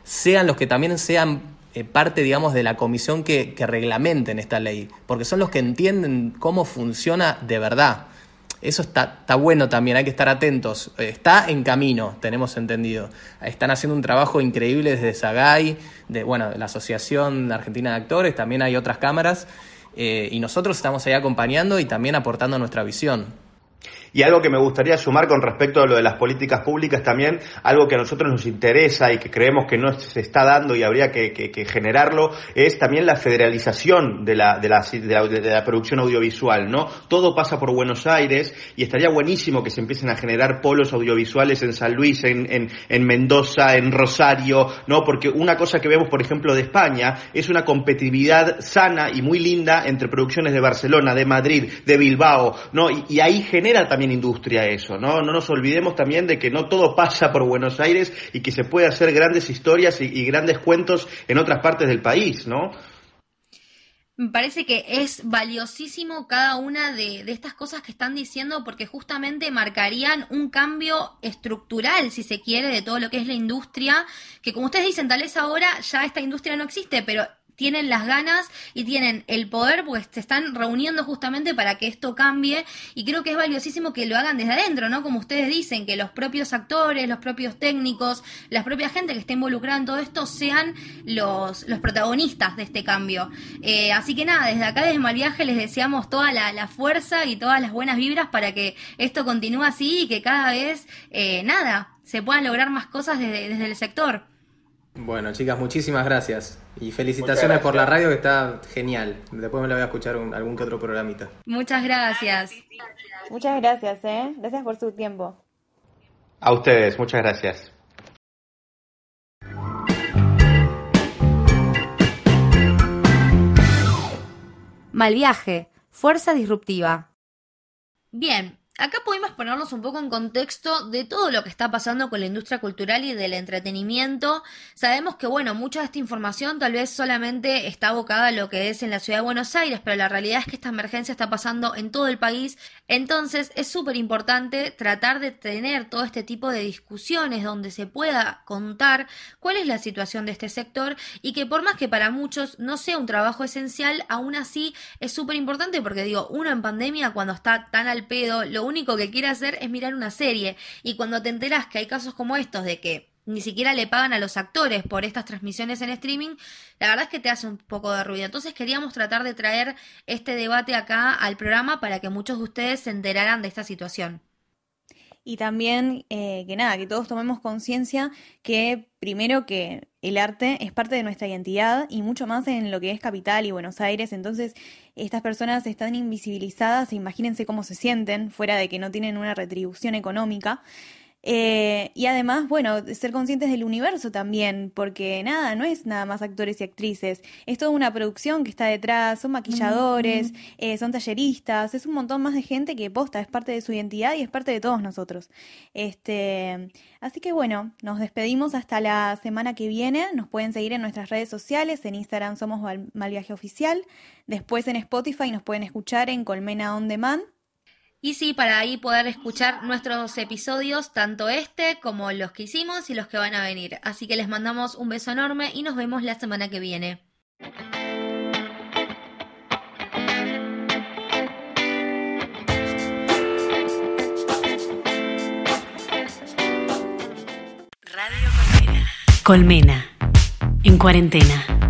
sean los que también sean eh, parte, digamos, de la comisión que, que reglamenten esta ley, porque son los que entienden cómo funciona de verdad. Eso está, está bueno también, hay que estar atentos. Está en camino, tenemos entendido. Están haciendo un trabajo increíble desde SAGAI, de, bueno, la Asociación Argentina de Actores, también hay otras cámaras, eh, y nosotros estamos ahí acompañando y también aportando nuestra visión. Y algo que me gustaría sumar con respecto a lo de las políticas públicas también, algo que a nosotros nos interesa y que creemos que no se está dando y habría que, que, que generarlo, es también la federalización de la, de, la, de, la, de la producción audiovisual, ¿no? Todo pasa por Buenos Aires y estaría buenísimo que se empiecen a generar polos audiovisuales en San Luis, en, en, en Mendoza, en Rosario, ¿no? Porque una cosa que vemos, por ejemplo, de España, es una competitividad sana y muy linda entre producciones de Barcelona, de Madrid, de Bilbao, ¿no? Y, y ahí genera también industria eso, ¿no? No nos olvidemos también de que no todo pasa por Buenos Aires y que se puede hacer grandes historias y, y grandes cuentos en otras partes del país, ¿no? Me parece que es valiosísimo cada una de, de estas cosas que están diciendo porque justamente marcarían un cambio estructural, si se quiere, de todo lo que es la industria, que como ustedes dicen, tal vez ahora ya esta industria no existe, pero tienen las ganas y tienen el poder porque se están reuniendo justamente para que esto cambie y creo que es valiosísimo que lo hagan desde adentro, ¿no? Como ustedes dicen, que los propios actores, los propios técnicos, la propia gente que esté involucrada en todo esto sean los, los protagonistas de este cambio. Eh, así que nada, desde acá, desde Malviaje, les deseamos toda la, la fuerza y todas las buenas vibras para que esto continúe así y que cada vez, eh, nada, se puedan lograr más cosas desde, desde el sector. Bueno, chicas, muchísimas gracias. Y felicitaciones por la radio, que está genial. Después me la voy a escuchar un, algún que otro programita. Muchas gracias. Muchas gracias, ¿eh? Gracias por su tiempo. A ustedes, muchas gracias. Malviaje, fuerza disruptiva. Bien. Acá pudimos ponernos un poco en contexto de todo lo que está pasando con la industria cultural y del entretenimiento. Sabemos que, bueno, mucha de esta información tal vez solamente está abocada a lo que es en la ciudad de Buenos Aires, pero la realidad es que esta emergencia está pasando en todo el país. Entonces es súper importante tratar de tener todo este tipo de discusiones donde se pueda contar cuál es la situación de este sector y que por más que para muchos no sea un trabajo esencial, aún así es súper importante porque, digo, uno en pandemia cuando está tan al pedo, lo único que quiere hacer es mirar una serie y cuando te enteras que hay casos como estos de que ni siquiera le pagan a los actores por estas transmisiones en streaming, la verdad es que te hace un poco de ruido. Entonces queríamos tratar de traer este debate acá al programa para que muchos de ustedes se enteraran de esta situación. Y también eh, que nada, que todos tomemos conciencia que primero que el arte es parte de nuestra identidad y mucho más en lo que es Capital y Buenos Aires. Entonces estas personas están invisibilizadas e imagínense cómo se sienten fuera de que no tienen una retribución económica. Eh, y además, bueno, ser conscientes del universo también, porque nada, no es nada más actores y actrices, es toda una producción que está detrás, son maquilladores, mm-hmm. eh, son talleristas, es un montón más de gente que posta, es parte de su identidad y es parte de todos nosotros. Este, así que bueno, nos despedimos hasta la semana que viene, nos pueden seguir en nuestras redes sociales, en Instagram somos Malviaje Oficial, después en Spotify nos pueden escuchar en Colmena On Demand. Y sí, para ahí poder escuchar nuestros episodios, tanto este como los que hicimos y los que van a venir. Así que les mandamos un beso enorme y nos vemos la semana que viene. Radio Colmena. Colmena. En cuarentena.